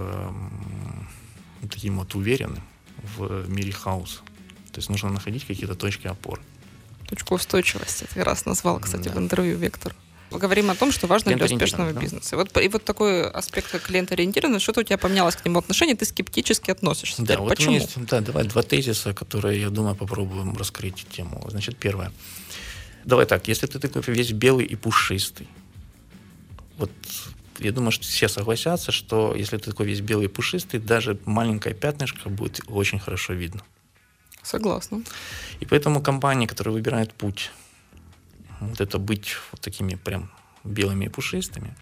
э, таким вот уверенным в мире хаоса. То есть нужно находить какие-то точки опоры. Точку устойчивости ты раз назвал, кстати, да. в интервью Вектор. Мы говорим о том, что важно для успешного да. бизнеса. И вот, и вот такой аспект, как клиентоориентированность, что-то у тебя поменялось к нему отношение, ты скептически относишься. Да, вот почему? У меня есть, да, давай два тезиса, которые, я думаю, попробуем раскрыть тему. Значит, первое. Давай так, если ты такой весь белый и пушистый, вот я думаю, что все согласятся, что если ты такой весь белый и пушистый, даже маленькое пятнышко будет очень хорошо видно. Согласна. И поэтому компании, которые выбирают путь, вот это быть вот такими прям белыми и пушистыми,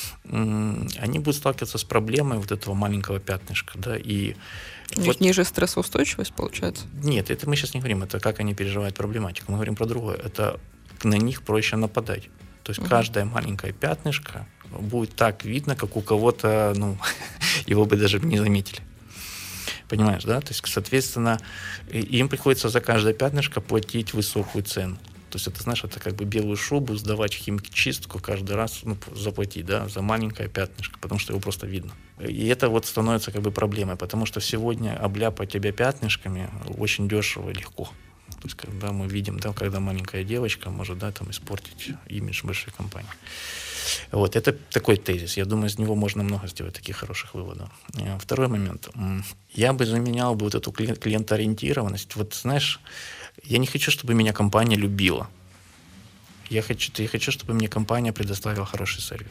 они будут сталкиваться с проблемой вот этого маленького пятнышка, да, и вот... ниже стрессоустойчивость получается? Нет, это мы сейчас не говорим, это как они переживают проблематику, мы говорим про другое, это на них проще нападать, то есть угу. каждое маленькое пятнышко будет так видно, как у кого-то, ну, его бы даже не заметили. Понимаешь, да? То есть, соответственно, им приходится за каждое пятнышко платить высокую цену. То есть это, знаешь, это как бы белую шубу сдавать в химчистку каждый раз, ну, заплатить, да, за маленькое пятнышко, потому что его просто видно. И это вот становится как бы проблемой, потому что сегодня обляпать тебя пятнышками очень дешево и легко. То есть когда мы видим, да, когда маленькая девочка может, да, там, испортить имидж большой компании. Вот, это такой тезис. Я думаю, из него можно много сделать таких хороших выводов. Второй момент. Я бы заменял бы вот эту клиентоориентированность. Вот, знаешь, я не хочу, чтобы меня компания любила. Я хочу, я хочу, чтобы мне компания предоставила хороший сервис.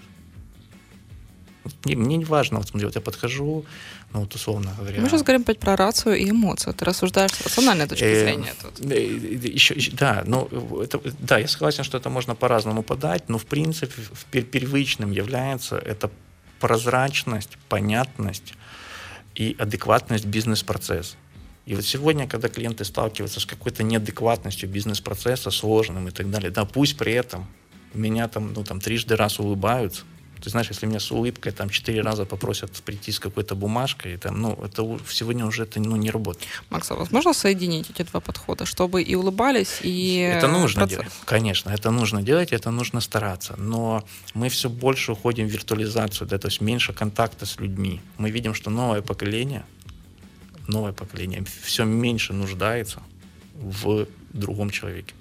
Вот мне, мне не важно, вот смотри, вот я подхожу, ну вот условно говоря. Мы сейчас говорим опять про рацию и эмоцию. Ты рассуждаешь с рациональной точки зрения тут. Еще, еще, да, ну, это, да, я согласен, что это можно по-разному подать, но в принципе первичным является это прозрачность, понятность и адекватность бизнес-процесса. И вот сегодня, когда клиенты сталкиваются с какой-то неадекватностью бизнес-процесса, сложным и так далее, да, пусть при этом меня там, ну, там трижды раз улыбаются. Ты знаешь, если меня с улыбкой там четыре раза попросят прийти с какой-то бумажкой, там, ну, это сегодня уже это, ну, не работает. Макс, а возможно соединить эти два подхода, чтобы и улыбались, и... Это нужно процесс. делать, конечно, это нужно делать, это нужно стараться, но мы все больше уходим в виртуализацию, да, то есть меньше контакта с людьми. Мы видим, что новое поколение, новое поколение все меньше нуждается в другом человеке.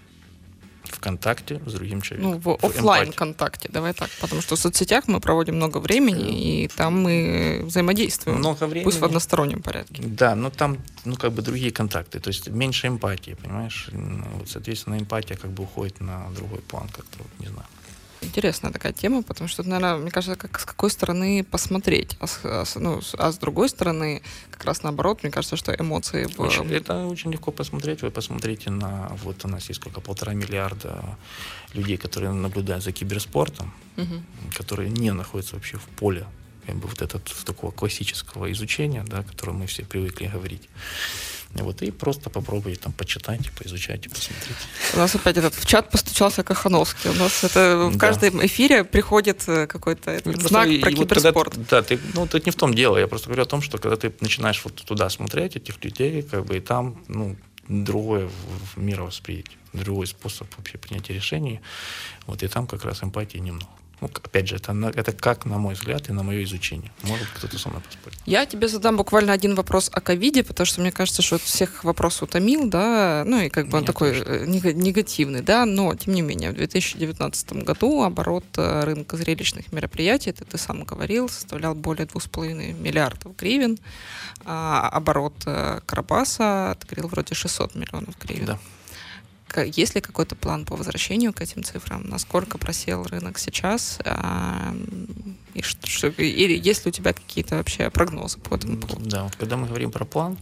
В контакте с другим человеком. Ну, в, в офлайн-контакте, давай так. Потому что в соцсетях мы проводим много времени, и там мы взаимодействуем. Много времени. Пусть в одностороннем порядке. Да, но там, ну, как бы другие контакты. То есть меньше эмпатии, понимаешь? Вот, соответственно, эмпатия как бы уходит на другой план как-то, вот, не знаю. Интересная такая тема, потому что, наверное, мне кажется, как с какой стороны посмотреть. А с, а с- ну, с- а с другой стороны, как раз наоборот, мне кажется, что эмоции... в- Очень- это очень легко посмотреть. Вы посмотрите на... Вот у нас есть сколько? Полтора миллиарда людей, которые наблюдают за киберспортом, Мгм. которые не находятся вообще в поле как бы вот этого такого классического изучения, да, которое мы все привыкли говорить. Вот, и просто попробуйте там почитать, поизучать и посмотреть. У нас опять этот в чат постучался Кахановский. У нас это в Да. каждом эфире приходит э, какой-то этот Ну, просто знак и- про и вот когда киберспорт. ты- да, ты, ну, тут не в том дело. Я просто говорю о том, что когда ты начинаешь вот туда смотреть, этих людей, как бы и там, ну, другое в- в мировосприятие, другой способ вообще принятия решений. Вот и там как раз эмпатии немного. Ну, к- опять же, это, на- это как, на мой взгляд, и на мое изучение. Может кто-то со мной поспорит. Я тебе задам буквально один вопрос о ковиде, потому что мне кажется, что всех вопрос утомил, да, ну и как бы он Меня такой тоже. э, нега- негативный, да, но тем не менее в две тысячи девятнадцатом году оборот э, рынка зрелищных мероприятий, это ты сам говорил, составлял более двух с половиной миллиардов гривен, а оборот э, Карабаса, ты говорил, вроде шестьсот миллионов гривен. Да. К- Есть ли какой-то план по возвращению к этим цифрам? Насколько просел рынок сейчас? А, и что, что- или есть ли у тебя какие-то вообще прогнозы по этому поводу? Да, вот когда мы говорим про план,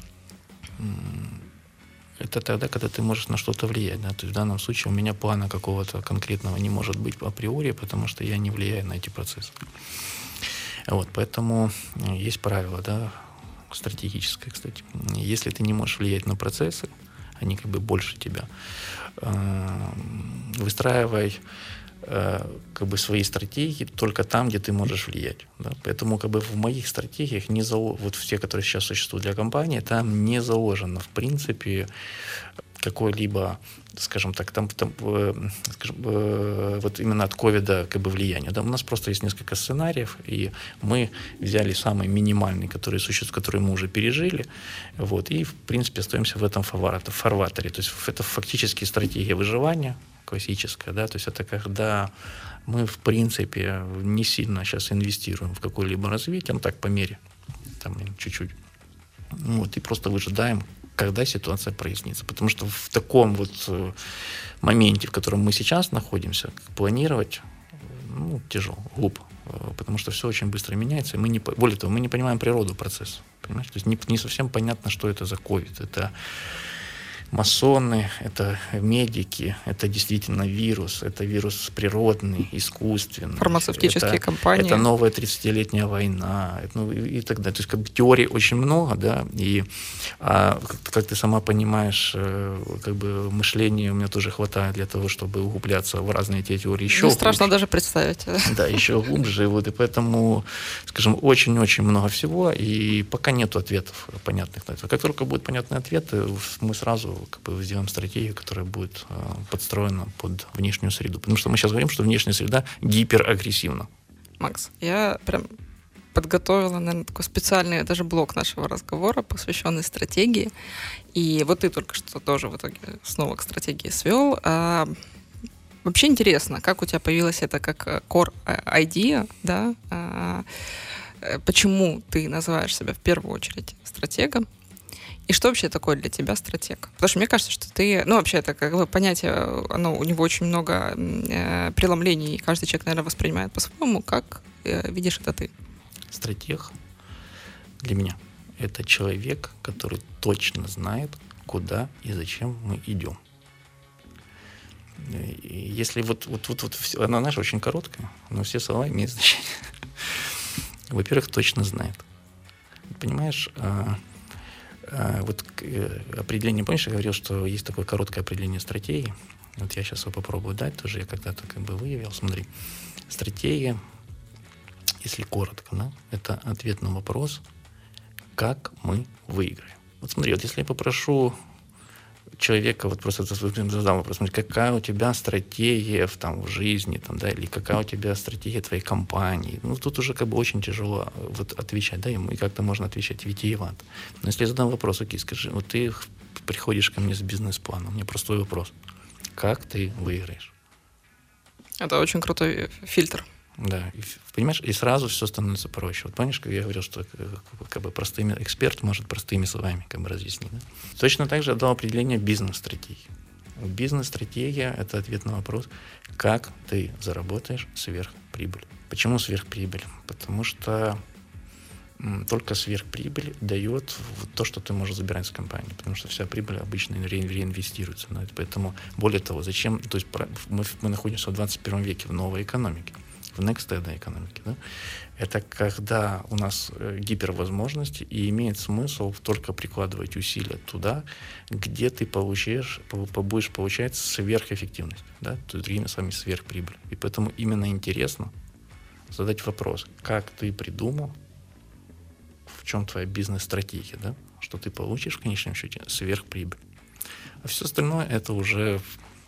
м, это тогда, когда ты можешь на что-то влиять. Да? То есть в данном случае у меня плана какого-то конкретного не может быть априори, потому что я не влияю на эти процессы. Вот, поэтому э, есть правило, да, стратегическое, кстати. Если ты не можешь влиять на процессы, они как бы больше тебя, э, выстраивай э, как бы свои стратегии только там, где ты можешь влиять. Да? Поэтому как бы в моих стратегиях, не зало... вот все, которые сейчас существуют для компании, там не заложено в принципе какое-либо, скажем так, там, там э, скажем, э, вот именно от ковида как бы влияние. Да? У нас просто есть несколько сценариев, и мы взяли самый минимальный, который существует, который мы уже пережили, вот, и в принципе остаемся в этом фарватере. фарватере. То есть это фактически стратегия выживания классическая, да, то есть это когда мы в принципе не сильно сейчас инвестируем в какое-либо развитие, ну так по мере, там чуть-чуть, вот, и просто выжидаем, когда ситуация прояснится. Потому что в таком вот э, моменте, в котором мы сейчас находимся, планировать ну, тяжело, глупо. Э, Потому что все очень быстро меняется. И мы не, по- более того, мы не понимаем природу процесса. Понимаешь? То есть не, не совсем понятно, что это за ковид. Это масоны, это медики, это действительно вирус, это вирус природный, искусственный. Фармацевтические это, компании. Это новая тридцатилетняя война, это, ну, и, и так далее. То есть как бы теорий очень много, да, и а, как, как ты сама понимаешь, э, как бы мышления у меня тоже хватает для того, чтобы углубляться в разные эти теории еще Мне страшно глубже. даже представить. Да, еще глубже, вот, и поэтому, скажем, очень-очень много всего, и пока нет ответов понятных на это. Как только будут понятные ответы, мы сразу как бы сделаем стратегию, которая будет э, подстроена под внешнюю среду. Потому что мы сейчас говорим, что внешняя среда гиперагрессивна. Макс, я прям подготовила, наверное, такой специальный даже блок нашего разговора, посвященный стратегии. И вот ты только что тоже в итоге снова к стратегии свел. А, вообще интересно, как у тебя появилась это как э, core idea, да? А, э, почему ты называешь себя в первую очередь стратегом? И что вообще такое для тебя стратег? Потому что мне кажется, что ты... Ну, вообще, это как бы понятие, оно, у него очень много э, преломлений, и каждый человек, наверное, воспринимает по-своему. Как э, видишь это ты? Стратег для меня – это человек, который точно знает, куда и зачем мы идем. И если вот, вот, вот, вот всё- она наша очень короткая, но все слова имеют значение. Во-первых, точно знает. Понимаешь, а, а, вот к- э, определение, помнишь, я говорил, что есть такое короткое определение стратегии. Вот я сейчас его попробую дать, тоже я когда-то как бы выявил. Смотри, стратегия, если коротко, да, это ответ на вопрос, как мы выиграем. Вот смотри, вот если я попрошу человека, вот просто задам вопрос, смотри, какая у тебя стратегия в, там, в жизни, там, да, или какая у тебя стратегия твоей компании. Ну, тут уже как бы очень тяжело вот, отвечать, да, ему и как-то можно отвечать витиевато. Но если я задам вопрос, окей, скажи, вот ты приходишь ко мне с бизнес-планом, мне простой вопрос, как ты выиграешь? Это очень крутой фильтр. Да, и, понимаешь, и сразу все становится проще. Вот помнишь, как я говорил, что как бы простыми, эксперт может простыми словами как бы разъяснить. Да? Точно так же я дал определение бизнес-стратегии. Бизнес-стратегия – это ответ на вопрос, как ты заработаешь сверхприбыль. Почему сверхприбыль? Потому что только сверхприбыль дает то, что ты можешь забирать с компании, потому что вся прибыль обычно ре- реинвестируется. Да? Поэтому, более того, зачем, то есть мы, мы находимся в двадцать первом веке, в новой экономике, в next day экономике. Да? Это когда у нас гипервозможности, и имеет смысл только прикладывать усилия туда, где ты получаешь, будешь получать сверхэффективность, да? То есть, другими словами, сверхприбыль. И поэтому именно интересно задать вопрос, как ты придумал, в чем твоя бизнес-стратегия, да? Что ты получишь в конечном счете сверхприбыль. А все остальное это уже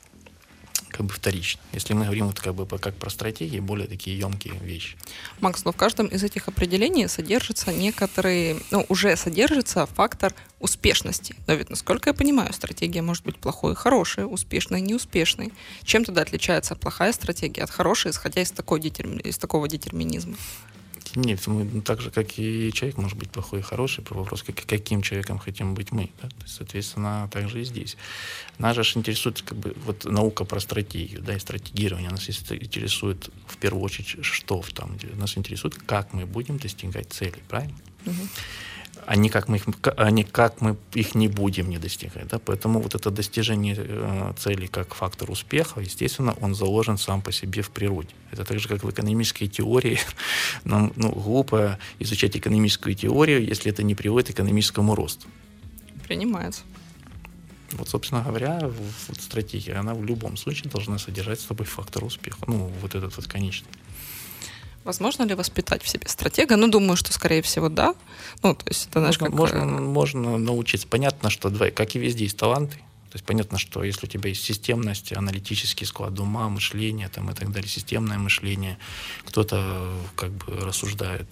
как бы вторично. Если мы говорим вот как бы как про стратегии, более такие емкие вещи. Макс, но в каждом из этих определений содержится некоторые, ну, уже содержится фактор успешности. Но ведь, насколько я понимаю, стратегия может быть плохой и хорошей, успешной и неуспешной. Чем тогда отличается плохая стратегия от хорошей, исходя из, такой детерми... из такого детерминизма? Нет, мы так же, как и человек может быть плохой и хороший, про вопрос, как, каким человеком хотим быть мы. Да? То есть, соответственно, так же и здесь. Нас же интересует как бы, вот, наука про стратегию, да, и стратегирование. Нас интересует в первую очередь, что в том деле. Нас интересует, как мы будем достигать целей, правильно? Угу. А не как мы их, а не как мы их не будем не достигать. Да? Поэтому вот это достижение э, целей как фактор успеха, естественно, он заложен сам по себе в природе. Это так же, как в экономической теории. Нам ну, глупо изучать экономическую теорию, если это не приводит к экономическому росту. Принимается. Вот, собственно говоря, вот стратегия, она в любом случае должна содержать с собой фактор успеха. Ну, вот этот вот конечный. Возможно ли воспитать в себе стратега? Ну, думаю, что, скорее всего, да. Ну, то есть, это, знаешь, можно, как... можно, можно научиться. Понятно, что, как и везде, есть таланты. То есть, понятно, что если у тебя есть системность, аналитический склад ума, мышление там, и так далее, системное мышление, кто-то как бы рассуждает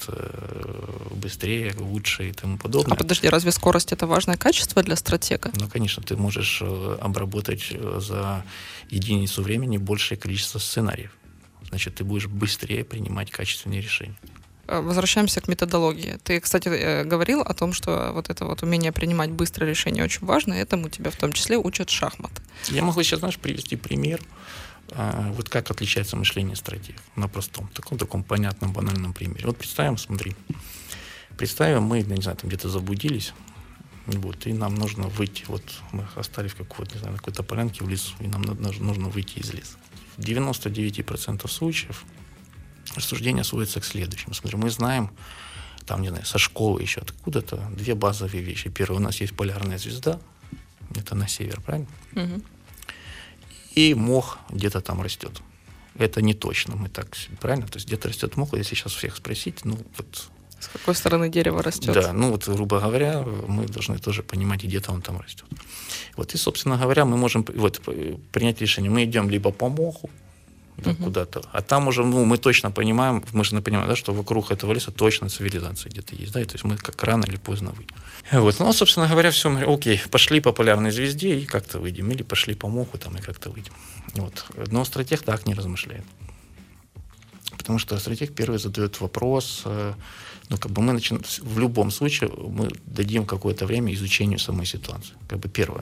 быстрее, лучше и тому подобное. А подожди, разве скорость — это важное качество для стратега? Ну, конечно, ты можешь обработать за единицу времени большее количество сценариев. Значит, ты будешь быстрее принимать качественные решения. Возвращаемся к методологии. Ты, кстати, говорил о том, что вот это вот умение принимать быстрые решения очень важно, и этому тебя в том числе учат шахматы. Я могу сейчас, знаешь, привести пример. Вот как отличается мышление стратег на простом, таком, таком понятном, банальном примере. Вот представим, смотри, представим, мы, не знаю, там где-то заблудились, вот, и нам нужно выйти, вот мы остались в какой-то, не знаю, на какой-то полянке в лесу, и нам нужно выйти из леса. В девяносто девять процентов случаев рассуждение сводится к следующему. Смотри, мы знаем, там, не знаю, со школы еще откуда-то две базовые вещи. Первое, у нас есть полярная звезда, это на север, правильно? Угу. И мох где-то там растет. Это не точно, мы так, правильно? То есть где-то растет мох, если сейчас всех спросить, ну вот... С какой стороны дерево растет? Да, ну вот, грубо говоря, мы должны тоже понимать, где-то он там растет. Вот, и, собственно говоря, мы можем вот, принять решение. Мы идем либо по моху, да, uh-huh. куда-то, а там уже, ну, мы точно понимаем, мы же понимаем, да, что вокруг этого леса точно цивилизация где-то есть, да, и то есть мы как рано или поздно выйдем. Вот, ну, собственно говоря, все, мы, окей, пошли по полярной звезде и как-то выйдем, или пошли по моху там и как-то выйдем. Вот. Но стратег так не размышляет. Потому что стратег первый задает вопрос, ну, как бы мы начинаем, в любом случае мы дадим какое-то время изучению самой ситуации. Как бы первое.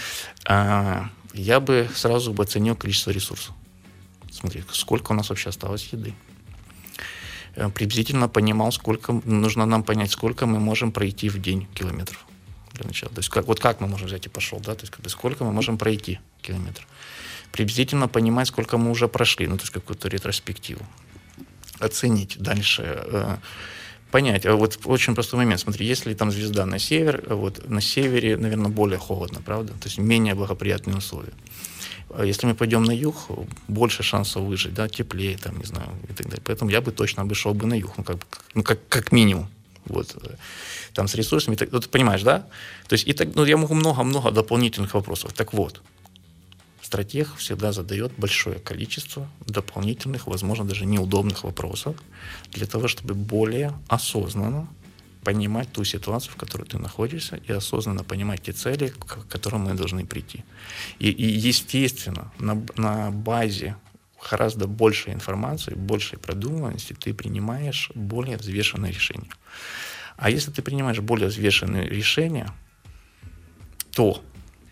Я бы сразу бы оценил количество ресурсов. Смотри, сколько у нас вообще осталось еды. Приблизительно понимал, сколько, нужно нам понять, сколько мы можем пройти в день километров для начала. То есть, как, вот как мы можем взять и пошел, да, то есть, как бы, сколько мы можем пройти километров. Приблизительно понимать, сколько мы уже прошли, ну, то есть, какую-то ретроспективу. Оценить дальше, э, понять. А вот очень простой момент. Смотри, если там звезда на север, вот на севере, наверное, более холодно, правда? То есть менее благоприятные условия. Если мы пойдем на юг, больше шансов выжить, да, теплее, там, не знаю, и так далее. Поэтому я бы точно бы шел бы на юг, ну, как, ну, как, как минимум. Вот. Там с ресурсами, так, ну, ты понимаешь, да? То есть, и так, ну, я могу много-много дополнительных вопросов. Так вот, стратег всегда задает большое количество дополнительных, возможно, даже неудобных вопросов для того, чтобы более осознанно понимать ту ситуацию, в которой ты находишься, и осознанно понимать те цели, к которым мы должны прийти. И, и естественно, на, на базе гораздо большей информации, большей продуманности ты принимаешь более взвешенные решения. А если ты принимаешь более взвешенные решения, то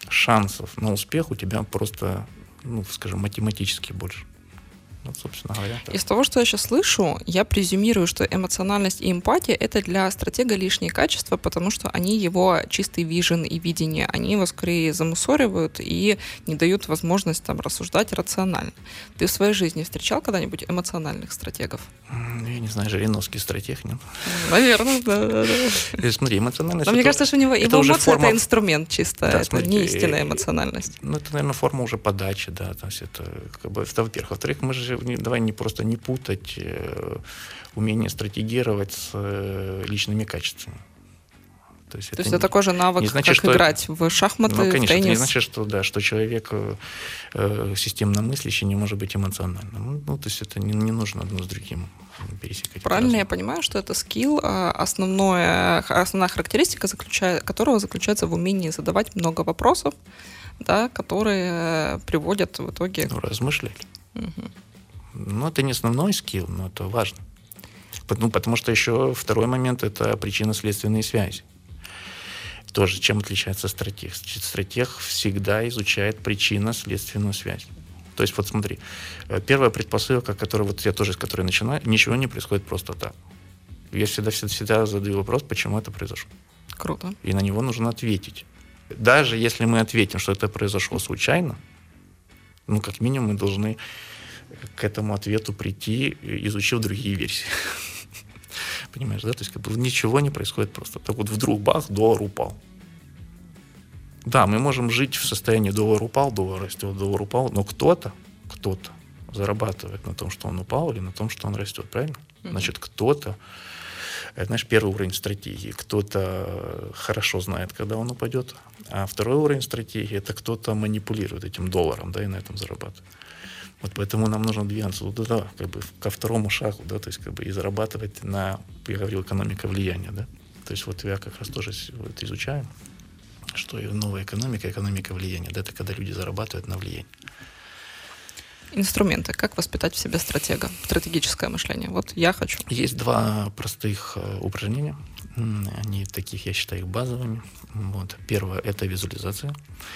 шансов на успех у тебя просто, ну, скажем, математически больше. Вот, собственно говоря. Так. Из того, что я сейчас слышу, я презюмирую, что эмоциональность и эмпатия — это для стратега лишние качества, потому что они его чистый вижен и видение, они его скорее замусоривают и не дают возможность там рассуждать рационально. Ты в своей жизни встречал когда-нибудь эмоциональных стратегов? Я не знаю, Жириновский стратег, нет? Наверное, да. Смотри, эмоциональность... Но мне кажется, что у него его эмоции — это инструмент чисто, это не истинная эмоциональность. Ну, это, наверное, форма уже подачи, да, то есть это, как бы, это, во-первых. Во-вторых, мы же давай не просто не путать э, умение стратегировать с э, личными качествами. То есть, То это, есть это такой же навык, значит, как что играть в шахматы, ну, конечно, в теннис. это не значит, что, да, что человек э, системно мыслящий не может быть эмоциональным. Ну, то есть это не, не нужно одно с другим пересекать. Правильно я понимаю, что это скилл, основное, основная характеристика, заключая, которого заключается в умении задавать много вопросов, да, которые приводят в итоге... Ну, размышлять. Угу. Ну, это не основной скилл, но это важно. Ну, потому что еще второй момент – это причинно-следственные связи. Тоже чем отличается стратег? Стратег всегда изучает причинно-следственную связь. То есть вот смотри, первая предпосылка, которая, вот я тоже с которой начинаю, ничего не происходит просто так. Я всегда, всегда, всегда задаю вопрос, почему это произошло. Круто. И на него нужно ответить. Даже если мы ответим, что это произошло случайно, ну, как минимум, мы должны к этому ответу прийти, изучив другие версии. Понимаешь, да? То есть как бы ничего не происходит просто. Так вот вдруг бах, доллар упал. Да, мы можем жить в состоянии доллар упал, доллар растет, доллар упал, но кто-то, кто-то зарабатывает на том, что он упал, или на том, что он растет, правильно? Mm-hmm. Значит, кто-то, это, знаешь, первый уровень стратегии, кто-то хорошо знает, когда он упадет, а второй уровень стратегии — это кто-то манипулирует этим долларом, да, и на этом зарабатывает. Вот поэтому нам нужно двигаться вот туда, как бы ко второму шагу, да, то есть как бы и зарабатывать на, я говорил, экономика влияния, да. То есть вот я как раз тоже вот изучаю, что и новая экономика, экономика влияния, да, это когда люди зарабатывают на влиянии. Инструменты. Как воспитать в себе стратега? Стратегическое мышление. Вот я хочу. Есть два простых упражнения. Они таких, я считаю, их базовыми. Вот. Первое – это визуализация.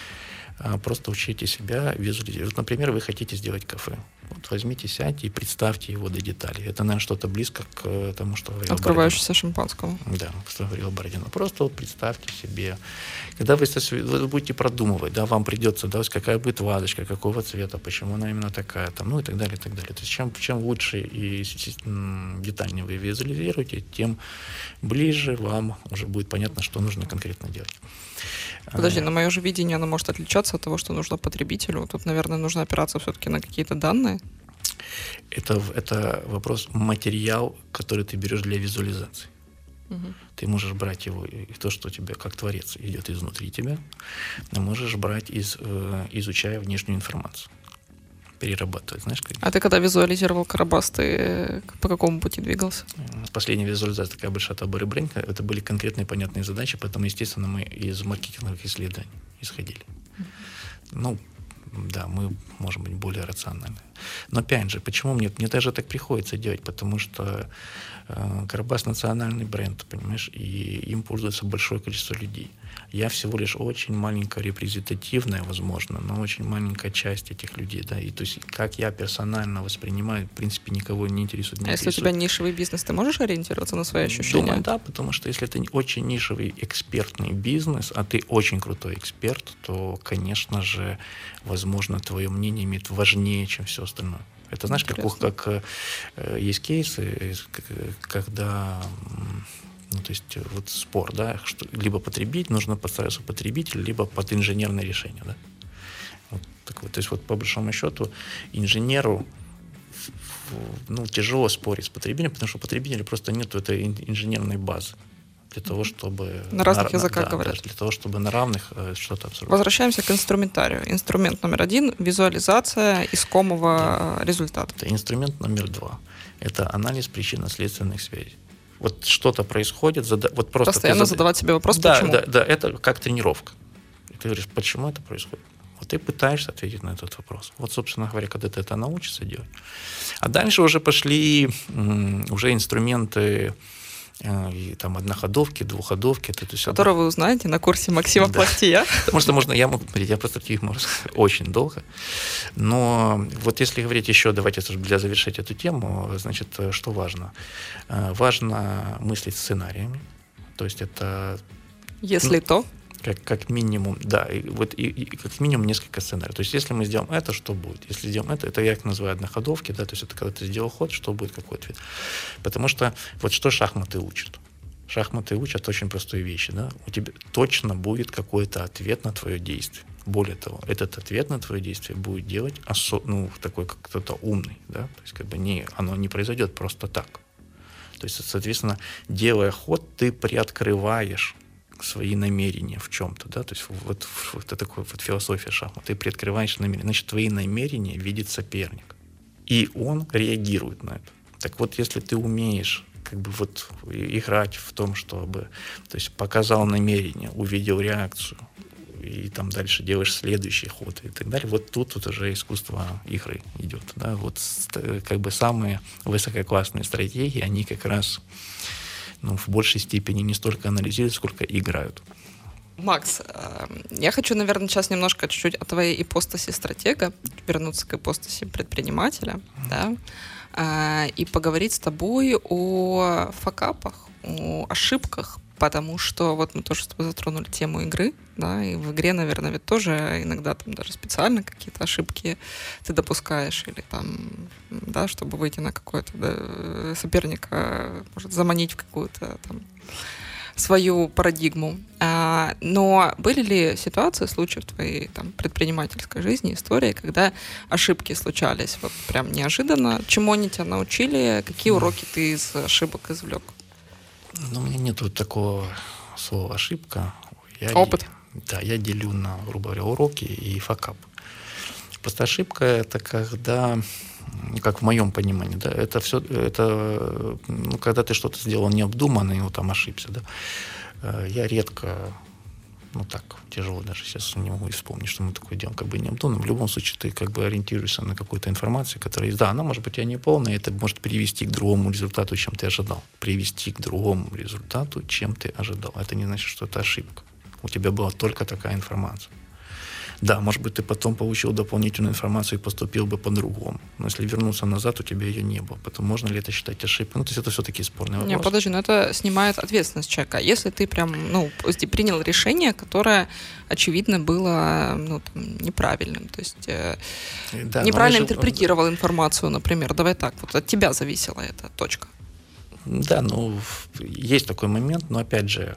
Просто учите себя визуализировать. Например, вы хотите сделать кафе. Вот возьмите, сядьте и представьте его до деталей. Это, наверное, что-то близко к тому, что говорил открывающееся шампанского. Да, что говорил Бородино. Просто вот представьте себе, когда вы, вы будете продумывать, да, вам придется, да, какая будет вазочка, какого цвета, почему она именно такая, там, ну и так далее, и так далее. То есть чем, чем лучше и детальнее вы визуализируете, тем ближе вам уже будет понятно, что нужно конкретно делать. Подожди, но мое же видение, оно может отличаться от того, что нужно потребителю. Тут, наверное, нужно опираться все-таки на какие-то данные. Это, это вопрос материал, который ты берешь для визуализации. Угу. Ты можешь брать его, и то, что у тебя как творец идет изнутри тебя, но можешь брать, из, изучая внешнюю информацию, перерабатывать. Знаешь, как... А ты когда визуализировал Карабас, ты по какому пути двигался? Последняя визуализация такая большая таборы бренка, это были конкретные понятные задачи, поэтому, естественно, мы из маркетинговых исследований исходили. Mm-hmm. Ну, да, мы можем быть более рациональны. Но опять же, почему мне, мне даже так приходится делать? Потому что э, Карабас национальный бренд, понимаешь, и им пользуется большое количество людей. Я всего лишь очень маленькая репрезентативная, возможно, но очень маленькая часть этих людей, да, и то есть как я персонально воспринимаю, в принципе, никого не интересует. Не а интересует. Если у тебя нишевый бизнес, ты можешь ориентироваться на свои ощущения? Думаю, да, потому что если это очень нишевый экспертный бизнес, а ты очень крутой эксперт, то, конечно же, возможно, твое мнение имеет важнее, чем все остальное. Это, знаешь, как, как э, есть кейсы, когда... Ну, то есть вот спор, да, что либо потребить, нужно подстраиваться под потребителя, либо под инженерное решение, да. Вот такое. То есть вот по большому счету инженеру ну, тяжело спорить с потребителем, потому что у потребителя просто нет этой инженерной базы для того, чтобы... На разных на, языках да, говорят. Да, для того, чтобы на равных э, что-то обсуждать. Возвращаемся к инструментарию. Инструмент номер один – визуализация искомого да. результата. Это инструмент номер два. Это анализ причинно-следственных связей. Вот что-то происходит, зада... вот просто постоянно зад... задавать себе вопрос, да, почему. Да, да, это как тренировка. И ты говоришь, почему это происходит? Вот ты пытаешься ответить на этот вопрос. Вот, собственно говоря, когда ты это научишься делать. А дальше уже пошли м, уже инструменты и там одноходовки, двухходовки. Это, то есть, Которую вы узнаете на курсе Максима да. Плахтия. Потому что можно, я могу говорить, я просто таких могу очень долго. Но вот если говорить еще, давайте для завершить эту тему, значит, что важно? Важно мыслить сценариями. То есть это... Если ну, то... Как, как минимум, да, и, вот, и, и как минимум несколько сценариев. То есть если мы сделаем это, что будет? Если сделаем это, это я их называю одноходовки, да, то есть это когда ты сделал ход, что будет, какой ответ. Потому что вот что шахматы учат? Шахматы учат очень простые вещи, да. У тебя точно будет какой-то ответ на твое действие. Более того, этот ответ на твое действие будет делать осо- ну, такой, как кто-то умный, да, то есть как бы не, оно не произойдет просто так. То есть, соответственно, делая ход, ты приоткрываешь свои намерения в чем-то, да, то есть вот, вот это такая вот философия шахмат. Ты приоткрываешь намерения, значит, твои намерения видит соперник, и он реагирует на это. Так вот, если ты умеешь как бы вот играть в том, чтобы, то есть показал намерение, увидел реакцию, и там дальше делаешь следующий ход и так далее, вот тут вот уже искусство игры идет, да, вот как бы самые высококлассные стратегии, они как раз ну, в большей степени не столько анализируют, сколько играют. Макс, я хочу, наверное, сейчас немножко чуть-чуть о твоей ипостаси стратега, вернуться к ипостаси предпринимателя, mm-hmm. да, и поговорить с тобой о факапах, о ошибках, потому что вот мы тоже с тобой затронули тему игры, да, и в игре, наверное, ведь тоже иногда там даже специально какие-то ошибки ты допускаешь, или там, да, чтобы выйти на какой-то да, соперника, может, заманить в какую-то там свою парадигму. А, но были ли ситуации, случаи в твоей там, предпринимательской жизни, истории, когда ошибки случались вот прям неожиданно? Чему они тебя научили? Какие уроки ты из ошибок извлек? Ну, у меня нет вот такого слова «ошибка». Я Опыт. Де... Да, я делю на, грубо говоря, уроки и факап. Просто ошибка — это когда, как в моем понимании, да, это все, это, ну, когда ты что-то сделал необдуманно и вот там ошибся, да. Я редко, ну так, тяжело даже сейчас не могу вспомнить, что мы такое делаем, как бы необдуманно. В любом случае ты как бы ориентируешься на какую-то информацию, которая есть. Да, она может быть и неполная, это может привести к другому результату, чем ты ожидал. Привести к другому результату, чем ты ожидал. Это не значит, что это ошибка. У тебя была только такая информация. Да, может быть, ты потом получил дополнительную информацию и поступил бы по-другому. Но если вернуться назад, у тебя ее не было. Поэтому можно ли это считать ошибкой? Ну, то есть это все-таки спорный вопрос. Не, подожди, но это снимает ответственность человека. Если ты прям, ну, принял решение, которое, очевидно, было, ну, там, неправильным, то есть э, да, неправильно же... интерпретировал информацию, например. Давай так, вот от тебя зависела эта точка. Да, ну, есть такой момент, но, опять же,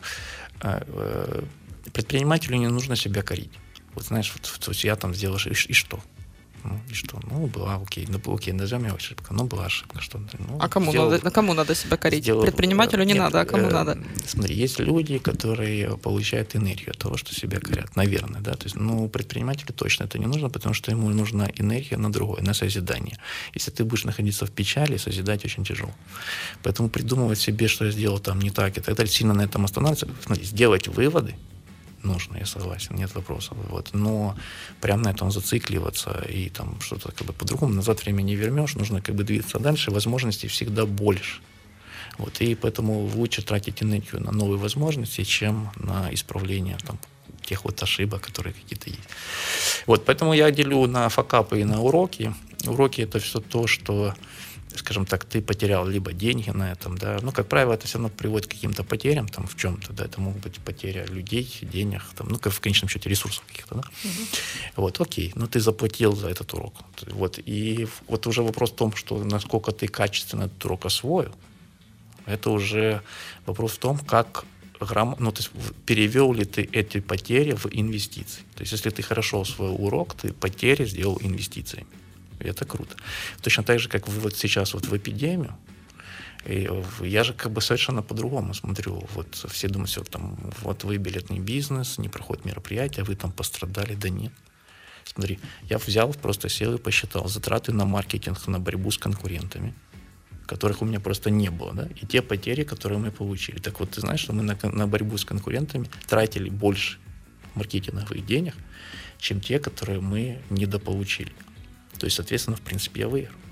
предпринимателю не нужно себя корить. Вот знаешь, вот, вот я там сделал и, и что? Ну, и что? Ну, была окей, ну, окей, назовем ее ошибка, но была ошибка. Что, ну, а кому сделал, надо, на кому надо себя корить? Сделал, Предпринимателю не нет, надо, а кому э, надо? Смотри, есть люди, которые получают энергию от того, что себя корят, наверное, да, то есть, ну, предпринимателю точно это не нужно, потому что ему нужна энергия на другое, на созидание. Если ты будешь находиться в печали, созидать очень тяжело. Поэтому придумывать себе, что я сделал там не так и так далее, сильно на этом останавливаться, смотри, сделать выводы нужно, я согласен, нет вопросов. Вот. Но прямо на этом зацикливаться и там что-то как бы по-другому назад время не вернешь, нужно как бы двигаться дальше, возможностей всегда больше. Вот. И поэтому лучше тратить энергию на новые возможности, чем на исправление там, тех вот ошибок, которые какие-то есть. Вот. Поэтому я делю на факапы и на уроки. Уроки — это все то, что, скажем так, ты потерял либо деньги на этом, да, ну, как правило, это все равно приводит к каким-то потерям там в чем-то, да, это могут быть потеря людей, денег, там, ну, как в конечном счете ресурсов каких-то, да. Uh-huh. Вот, окей, но ты заплатил за этот урок, вот, и вот уже вопрос в том, что насколько ты качественно этот урок освоил, это уже вопрос в том, как грам... ну, то есть перевел ли ты эти потери в инвестиции. То есть если ты хорошо освоил урок, ты потери сделал инвестициями. И это круто. Точно так же, как вот сейчас вот в эпидемию, и я же как бы совершенно по-другому смотрю. Вот все думают, все, там, вот вы билетный бизнес, не проходит мероприятия, вы там пострадали. Да нет. Смотри, я взял, просто сел и посчитал затраты на маркетинг, на борьбу с конкурентами, которых у меня просто не было, да, и те потери, которые мы получили. Так вот, ты знаешь, что мы на, на борьбу с конкурентами тратили больше маркетинговых денег, чем те, которые мы недополучили. То есть, соответственно, в принципе, я выиграл.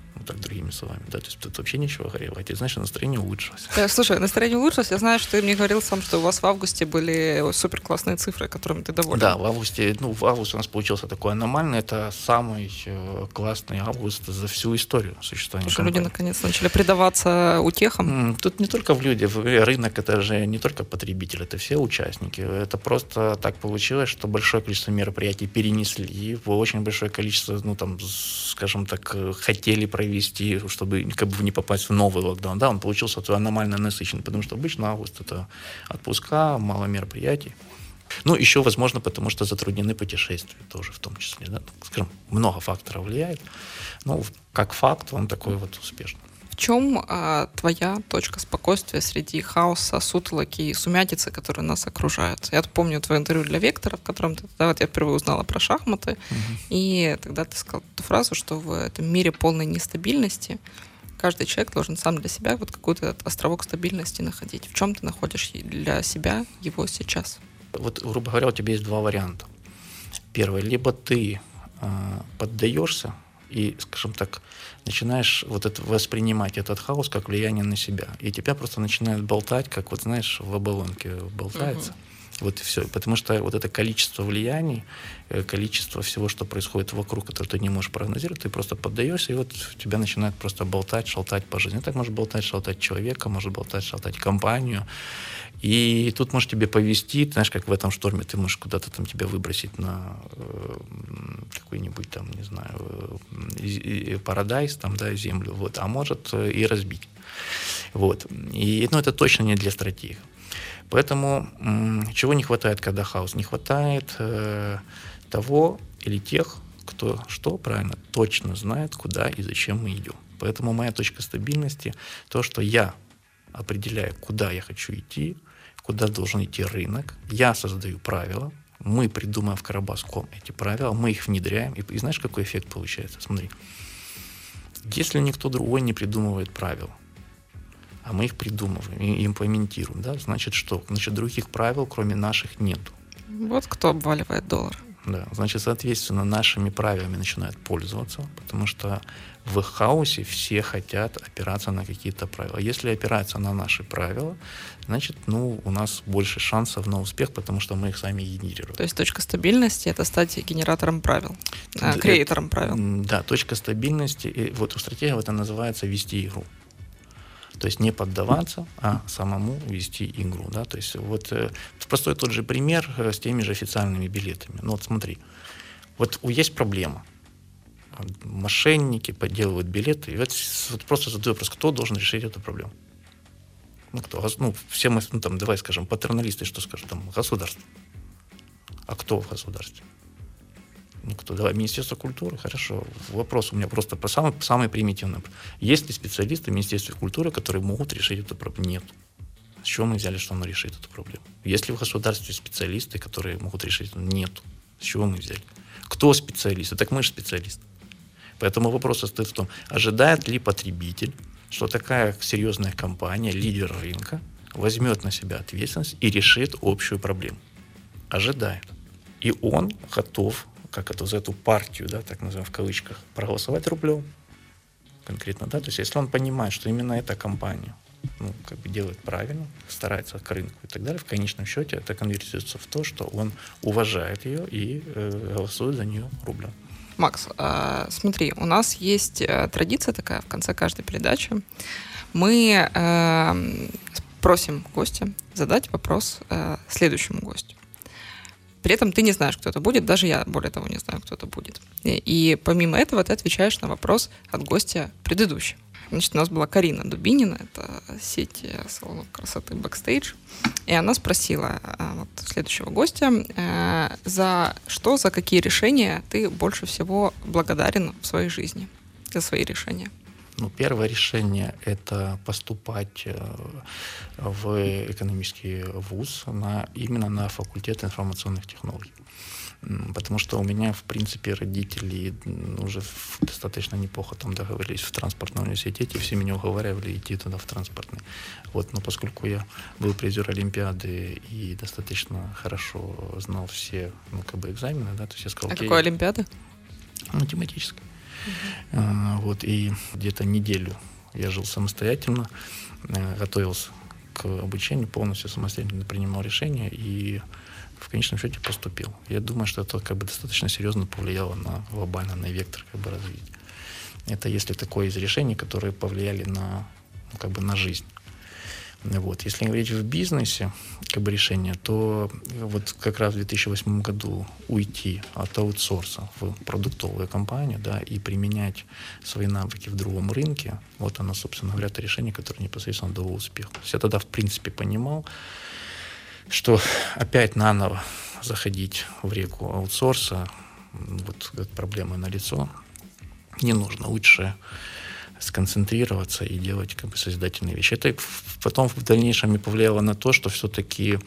Ну, так, другими словами, да, то есть тут вообще ничего горевать. И, знаешь, настроение улучшилось. Да, слушай, настроение улучшилось. Я знаю, что ты мне говорил сам, что у вас в августе были супер классные цифры, которыми ты доволен. Да, в августе, ну, в августе у нас получился такой аномальный, это самый э, классный август за всю историю существования Потому что компании. люди наконец начали предаваться утехам. Тут не только в люди, рынок это же не только потребитель, это все участники. Это просто так получилось, что большое количество мероприятий перенесли, очень большое количество, ну там, скажем так, хотели провести, чтобы как бы не попасть в новый локдаун. Да, он получился аномально насыщенный, потому что обычно август это отпуска, мало мероприятий. Ну, еще, возможно, потому что затруднены путешествия тоже в том числе. Да? Скажем, много факторов влияет. Но как факт он такой вот успешный. В чем а, твоя точка спокойствия среди хаоса, сутолоки и сумятицы, которые нас окружают? Я помню твое интервью для Вектора, в котором ты, да, вот я впервые узнала про шахматы, угу. и тогда ты сказал эту фразу, что в этом мире полной нестабильности каждый человек должен сам для себя вот какой-то островок стабильности находить. В чем ты находишь для себя его сейчас? Вот, грубо говоря, у тебя есть два варианта. Первый, либо ты э, поддаешься и, скажем так, начинаешь вот это, воспринимать этот хаос как влияние на себя. И тебя просто начинают болтать, как вот, знаешь, в оболонке болтается. Uh-huh. Вот и все. Потому что вот это количество влияний, количество всего, что происходит вокруг, которое ты не можешь прогнозировать, ты просто поддаешься, и вот тебя начинают просто болтать, шалтать по жизни. Так может болтать, шалтать человека, может болтать, шалтать компанию. И тут может тебе повезти, знаешь, как в этом шторме, ты можешь куда-то там тебя выбросить на э, какой-нибудь там, не знаю, э, парадайз, там, да, землю, вот, а может э, и разбить. Вот. И, ну, это точно не для стратегов. Поэтому м- чего не хватает, когда хаос? Не хватает э, того или тех, кто что, правильно, точно знает, куда и зачем мы идем. Поэтому моя точка стабильности, то, что я определяю, куда я хочу идти, куда должен идти рынок, я создаю правила, мы придумаем в Карабас.ком эти правила, мы их внедряем, и, и знаешь, какой эффект получается? Смотри, если никто другой не придумывает правила, а мы их придумываем и имплементируем, да, значит что? Значит, других правил, кроме наших, нету. Вот кто обваливает доллар. Да, значит, соответственно, нашими правилами начинают пользоваться, потому что в хаосе все хотят опираться на какие-то правила. Если опираться на наши правила, значит, ну, у нас больше шансов на успех, потому что мы их сами генерируем. То есть точка стабильности — это стать генератором правил, а, креатором правил. Да, точка стабильности, и вот у стратегии это называется вести игру. То есть не поддаваться, а самому вести игру. Да? То есть вот э, простой тот же пример э, с теми же официальными билетами. Ну вот смотри, вот есть проблема. Мошенники подделывают билеты. И вот, вот просто задаю вопрос, кто должен решить эту проблему? Ну кто? Ну, все мы, ну, там, давай скажем, патерналисты, что скажут? Там, государство. А кто в государстве? Никто. Давай, Министерство культуры, хорошо. Вопрос у меня просто по самый, самый примитивный. Есть ли специалисты в Министерстве культуры, которые могут решить эту проблему? Нет. С чего мы взяли, что оно решит эту проблему? Есть ли в государстве специалисты, которые могут решить? Нет. С чего мы взяли? Кто специалисты? Так мы же специалисты. Поэтому вопрос состоит в том, ожидает ли потребитель, что такая серьезная компания, лидер рынка, возьмет на себя ответственность и решит общую проблему. Ожидает. И он готов, как это, за эту партию, да, так называем в кавычках, проголосовать рублем. Конкретно, да. То есть если он понимает, что именно эта компания, ну, как бы делает правильно, старается к рынку и так далее, в конечном счете это конвертируется в то, что он уважает ее и э, голосует за нее рублем. Макс, э, смотри, у нас есть э, традиция такая в конце каждой передачи. Мы э, просим гостя задать вопрос э, следующему гостю. При этом ты не знаешь, кто это будет, даже я, более того, не знаю, кто это будет. И, и помимо этого ты отвечаешь на вопрос от гостя предыдущего. Значит, у нас была Карина Дубинина, это сеть салонов красоты Backstage, и она спросила вот, следующего гостя, э, за что, за какие решения ты больше всего благодарен в своей жизни, за свои решения. Ну, первое решение – это поступать в экономический вуз на, именно на факультет информационных технологий. Потому что у меня, в принципе, родители уже достаточно неплохо там договорились в транспортном университете, все меня уговаривали идти туда в транспортный. Вот, но поскольку я был призер Олимпиады и достаточно хорошо знал все, ну, как бы экзамены, да, то есть я сказал... А какой Олимпиады? Математической. Mm-hmm. Вот, и где-то неделю я жил самостоятельно, готовился к обучению, полностью самостоятельно принимал решения и в конечном счете поступил. Я думаю, что это как бы достаточно серьезно повлияло на глобально на вектор как бы развития. Это если такое из решений, которые повлияли на, ну, как бы на жизнь. Вот. Если говорить в бизнесе как бы решение, то вот как раз в две тысячи восьмом году уйти от аутсорса в продуктовую компанию, да, и применять свои навыки в другом рынке, вот оно, собственно говоря, это решение, которое непосредственно дало успех. То есть я тогда, в принципе, понимал, что опять наново заходить в реку аутсорса, вот как проблемы налицо, не нужно. Лучше сконцентрироваться и делать как бы созидательные вещи. Это потом в дальнейшем и повлияло на то, что все-таки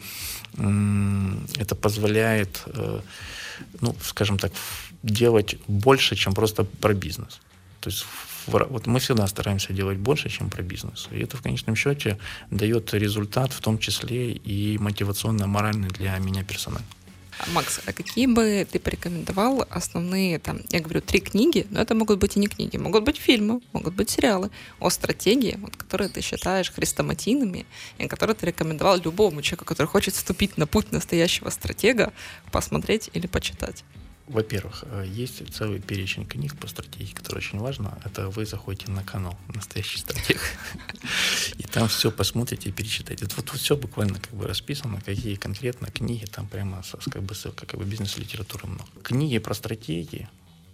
м- это позволяет, э, ну, скажем так, делать больше, чем просто про бизнес. То есть в, вот мы всегда стараемся делать больше, чем про бизнес. И это в конечном счете дает результат, в том числе и мотивационно-моральный для меня персонально. Макс, а какие бы ты порекомендовал основные, там, я говорю, три книги, но это могут быть и не книги, могут быть фильмы, могут быть сериалы о стратегии, вот, которые ты считаешь хрестоматийными, и которые ты рекомендовал любому человеку, который хочет вступить на путь настоящего стратега, посмотреть или почитать? Во-первых, есть целый перечень книг по стратегии, который очень важно. Это вы заходите на канал «Настоящий стратег», и там все посмотрите и перечитайте. Вот, вот все буквально как бы расписано, какие конкретно книги, там прямо как бы ссылка, как бы бизнес-литературы много. Книги про стратегии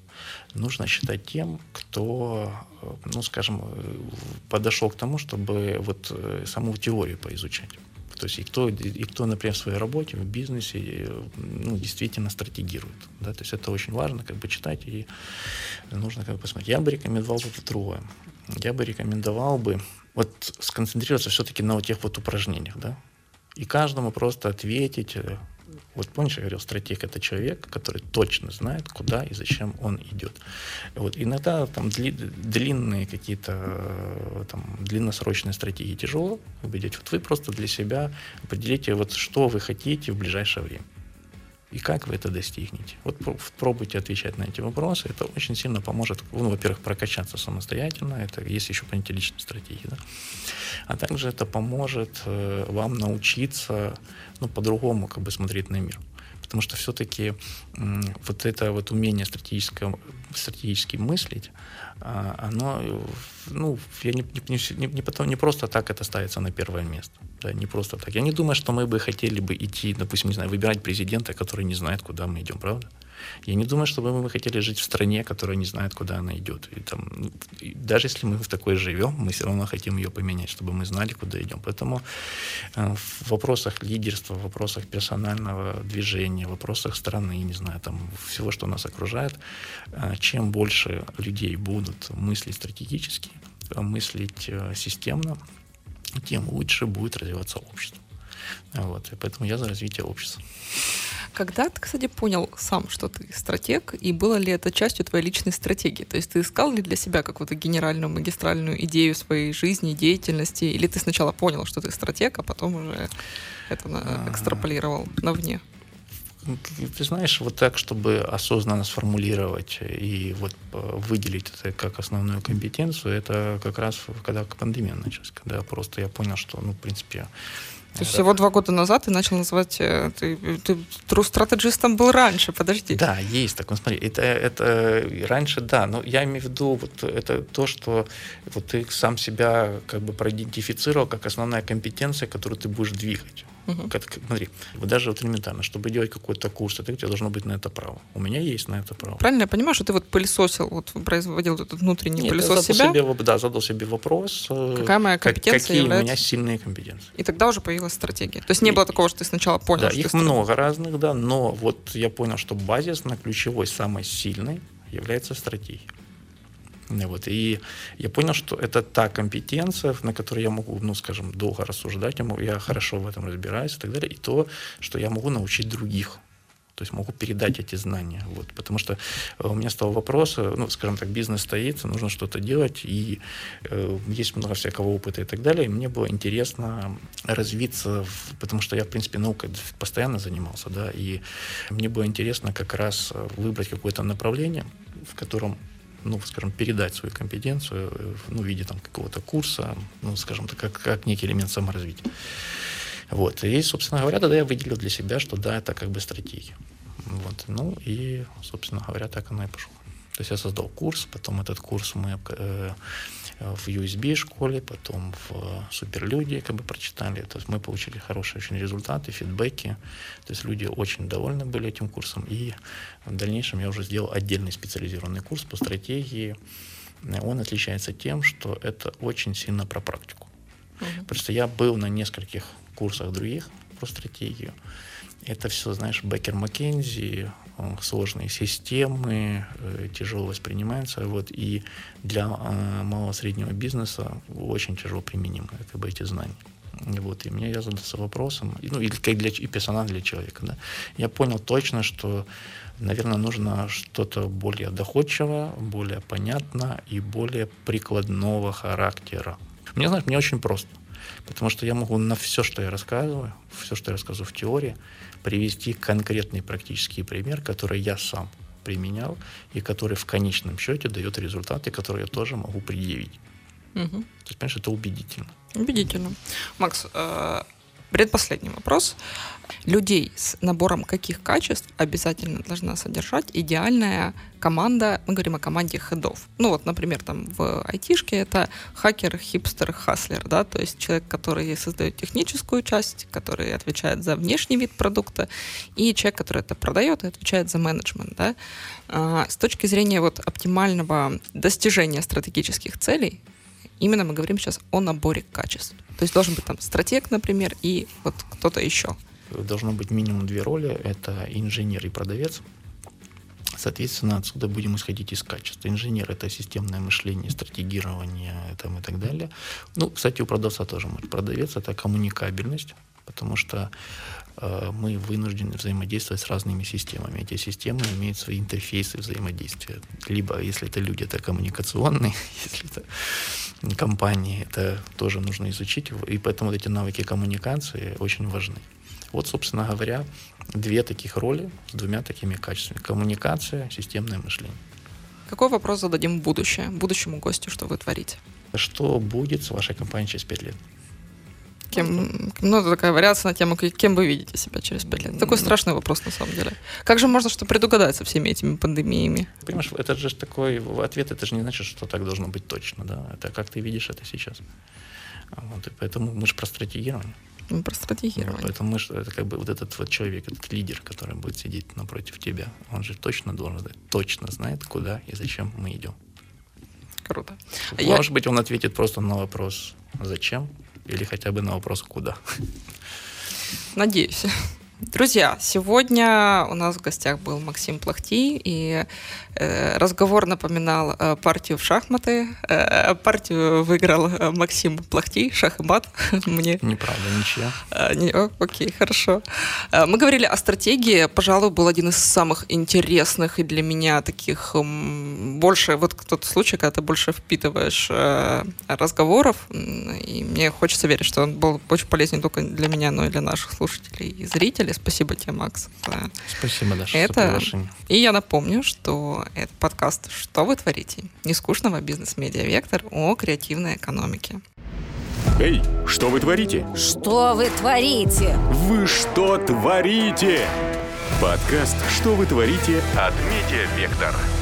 нужно читать тем, кто, ну, скажем, подошел к тому, чтобы вот саму теорию поизучать. То есть и кто, и кто, например, в своей работе, в бизнесе, ну, действительно стратегирует. Да? То есть это очень важно как бы читать, и нужно как бы посмотреть. Я бы рекомендовал бы другое. Я бы рекомендовал бы вот сконцентрироваться все-таки на вот тех вот упражнениях, да? И каждому просто ответить. Вот помнишь, я говорил, стратег — это человек, который точно знает, куда и зачем он идет. Вот иногда там дли, длинные какие-то там длинносрочные стратегии тяжело убедить. Вот вы просто для себя определите, вот что вы хотите в ближайшее время. И как вы это достигнете? Вот пробуйте отвечать на эти вопросы. Это очень сильно поможет, ну, во-первых, прокачаться самостоятельно. Это есть еще понятие личной стратегии. Да? А также это поможет э, вам научиться, ну, по-другому как бы смотреть на мир. Потому что все-таки м, вот это вот умение стратегически мыслить, а, оно, ну, я не, не, не, не, потом, не просто так это ставится на первое место. Да, не просто так. Я не думаю, что мы бы хотели бы идти, допустим, не знаю, выбирать президента, который не знает, куда мы идем, правда? Я не думаю, что мы бы хотели жить в стране, которая не знает, куда она идет. И там, и даже если мы в такой живем, мы все равно хотим ее поменять, чтобы мы знали, куда идем. Поэтому э, в вопросах лидерства, в вопросах персонального движения, в вопросах страны, не знаю, там, всего, что нас окружает, э, чем больше людей будут мыслить стратегически, мыслить э, системно, тем лучше будет развиваться общество. Вот. И поэтому я за развитие общества. Когда ты, кстати, понял сам, что ты стратег, и было ли это частью твоей личной стратегии? То есть ты искал ли для себя какую-то генеральную, магистральную идею своей жизни, деятельности, или ты сначала понял, что ты стратег, а потом уже это на, экстраполировал навне? Ты знаешь, вот так, чтобы осознанно сформулировать и вот выделить это как основную компетенцию, это как раз когда пандемия началась, когда просто я понял, что, ну, в принципе... То есть всего два года назад ты начал называть... Ты, ты true стратегистом был раньше, подожди. Да, есть так. Ну, смотри, это, это раньше, да, но я имею в виду вот это то, что вот ты сам себя как бы проидентифицировал как основная компетенция, которую ты будешь двигать. Uh-huh. Как, смотри, вот даже вот элементарно, чтобы делать какой-то курс, это у тебя должно быть на это право. У меня есть на это право. Правильно я понимаю, что ты вот пылесосил, вот производил этот внутренний Нет, пылесос я себя? Себе, да, задал себе вопрос, какая моя компетенция какие является... у меня сильные компетенции. И тогда уже появилась стратегия. То есть не было такого, что ты сначала понял, да, что их ты много разных, да, но вот я понял, что базисно ключевой, самой сильной является стратегия. Вот. И я понял, что это та компетенция, на которой я могу, ну, скажем, долго рассуждать, я, могу, я хорошо в этом разбираюсь и так далее, и то, что я могу научить других. То есть могу передать эти знания. Вот. Потому что у меня стал вопрос, ну, скажем так, бизнес стоит, нужно что-то делать, и э, есть много всякого опыта и так далее. И мне было интересно развиться, в, потому что я, в принципе, наукой постоянно занимался, да, и мне было интересно как раз выбрать какое-то направление, в котором ну, скажем, передать свою компетенцию, ну, в виде там какого-то курса, ну, скажем так, как, как некий элемент саморазвития. Вот. И, собственно говоря, тогда я выделил для себя, что да, это как бы стратегия. Вот. Ну, и, собственно говоря, так оно и пошло. То есть я создал курс, потом этот курс мы э, в ю эс би школе, потом в Суперлюде как бы прочитали. То есть мы получили хорошие очень результаты, фидбэки. То есть люди очень довольны были этим курсом. И в дальнейшем я уже сделал отдельный специализированный курс по стратегии. Он отличается тем, что это очень сильно про практику. Uh-huh. Просто я был на нескольких курсах других про стратегию. Это все, знаешь, Беккер Маккензи, сложные системы, тяжело воспринимаются. Вот, и для малого среднего бизнеса очень тяжело применимы как бы, эти знания. И, вот, и мне я задался вопросом, ну, или как для, и персонально для человека. Да. Я понял точно, что, наверное, нужно что-то более доходчивое, более понятно и более прикладного характера. Мне, знаешь, мне очень просто. Потому что я могу на все, что я рассказываю, все, что я рассказываю в теории, привести конкретный практический пример, который я сам применял и который в конечном счете дает результаты, которые я тоже могу предъявить. Угу. То есть, понимаешь, это убедительно. Убедительно. Макс, предпоследний вопрос. Людей с набором каких качеств обязательно должна содержать идеальная команда, мы говорим о команде хедов. Ну вот, например, там в айтишке это хакер, хипстер, хаслер, да, то есть человек, который создает техническую часть, который отвечает за внешний вид продукта, и человек, который это продает и отвечает за менеджмент, да. А, с точки зрения вот оптимального достижения стратегических целей, именно мы говорим сейчас о наборе качеств. То есть должен быть там стратег, например, и вот кто-то еще. Должно быть минимум две роли. Это инженер и продавец. Соответственно, отсюда будем исходить из качества. Инженер — это системное мышление, стратегирование там, и так далее. Ну, кстати, у продавца тоже может. Продавец — это коммуникабельность, потому что э, мы вынуждены взаимодействовать с разными системами. Эти системы имеют свои интерфейсы взаимодействия. Либо, если это люди, это коммуникационные, если это компании, это тоже нужно изучить. И поэтому вот эти навыки коммуникации очень важны. Вот, собственно говоря, две таких роли с двумя такими качествами. Коммуникация, системное мышление. Какой вопрос зададим в будущее, будущему гостю, что вы творите? Что будет с вашей компанией через пять лет? Кем, ну, это такая вариация на тему, кем вы видите себя через пять лет. Такой страшный вопрос, на самом деле. Как же можно что предугадать со всеми этими пандемиями? Понимаешь, это же такой ответ, это же не значит, что так должно быть точно, да? Это как ты видишь это сейчас. Вот, и поэтому мы же про стратегирование. Мы про стратегирование. Поэтому мы же, это как бы вот этот вот человек, этот лидер, который будет сидеть напротив тебя, он же точно должен знать, точно знает, куда и зачем мы идем. Круто. Может Я... быть, он ответит просто на вопрос «зачем?» или хотя бы на вопрос «куда?». Надеюсь. Друзья, сегодня у нас в гостях был Максим Плахтий, и э, разговор напоминал э, партию в шахматы. Э, партию выиграл э, Максим Плахтий, шах и мат. Мне... Неправда, ничья. Э, не... О, окей, хорошо. Э, мы говорили о стратегии. Пожалуй, был один из самых интересных и для меня таких м, больше, вот тот случай, когда ты больше впитываешь э, разговоров, и мне хочется верить, что он был очень полезен не только для меня, но и для наших слушателей и зрителей. Спасибо тебе, Макс. За Спасибо, Даша, это. за приглашение. И я напомню, что это подкаст «Что вы творите?» Нескучного бизнес-медиа «Вектор» о креативной экономике. Эй, что вы творите? Что вы творите? Вы что творите? Подкаст «Что вы творите» от Медиа Вектор.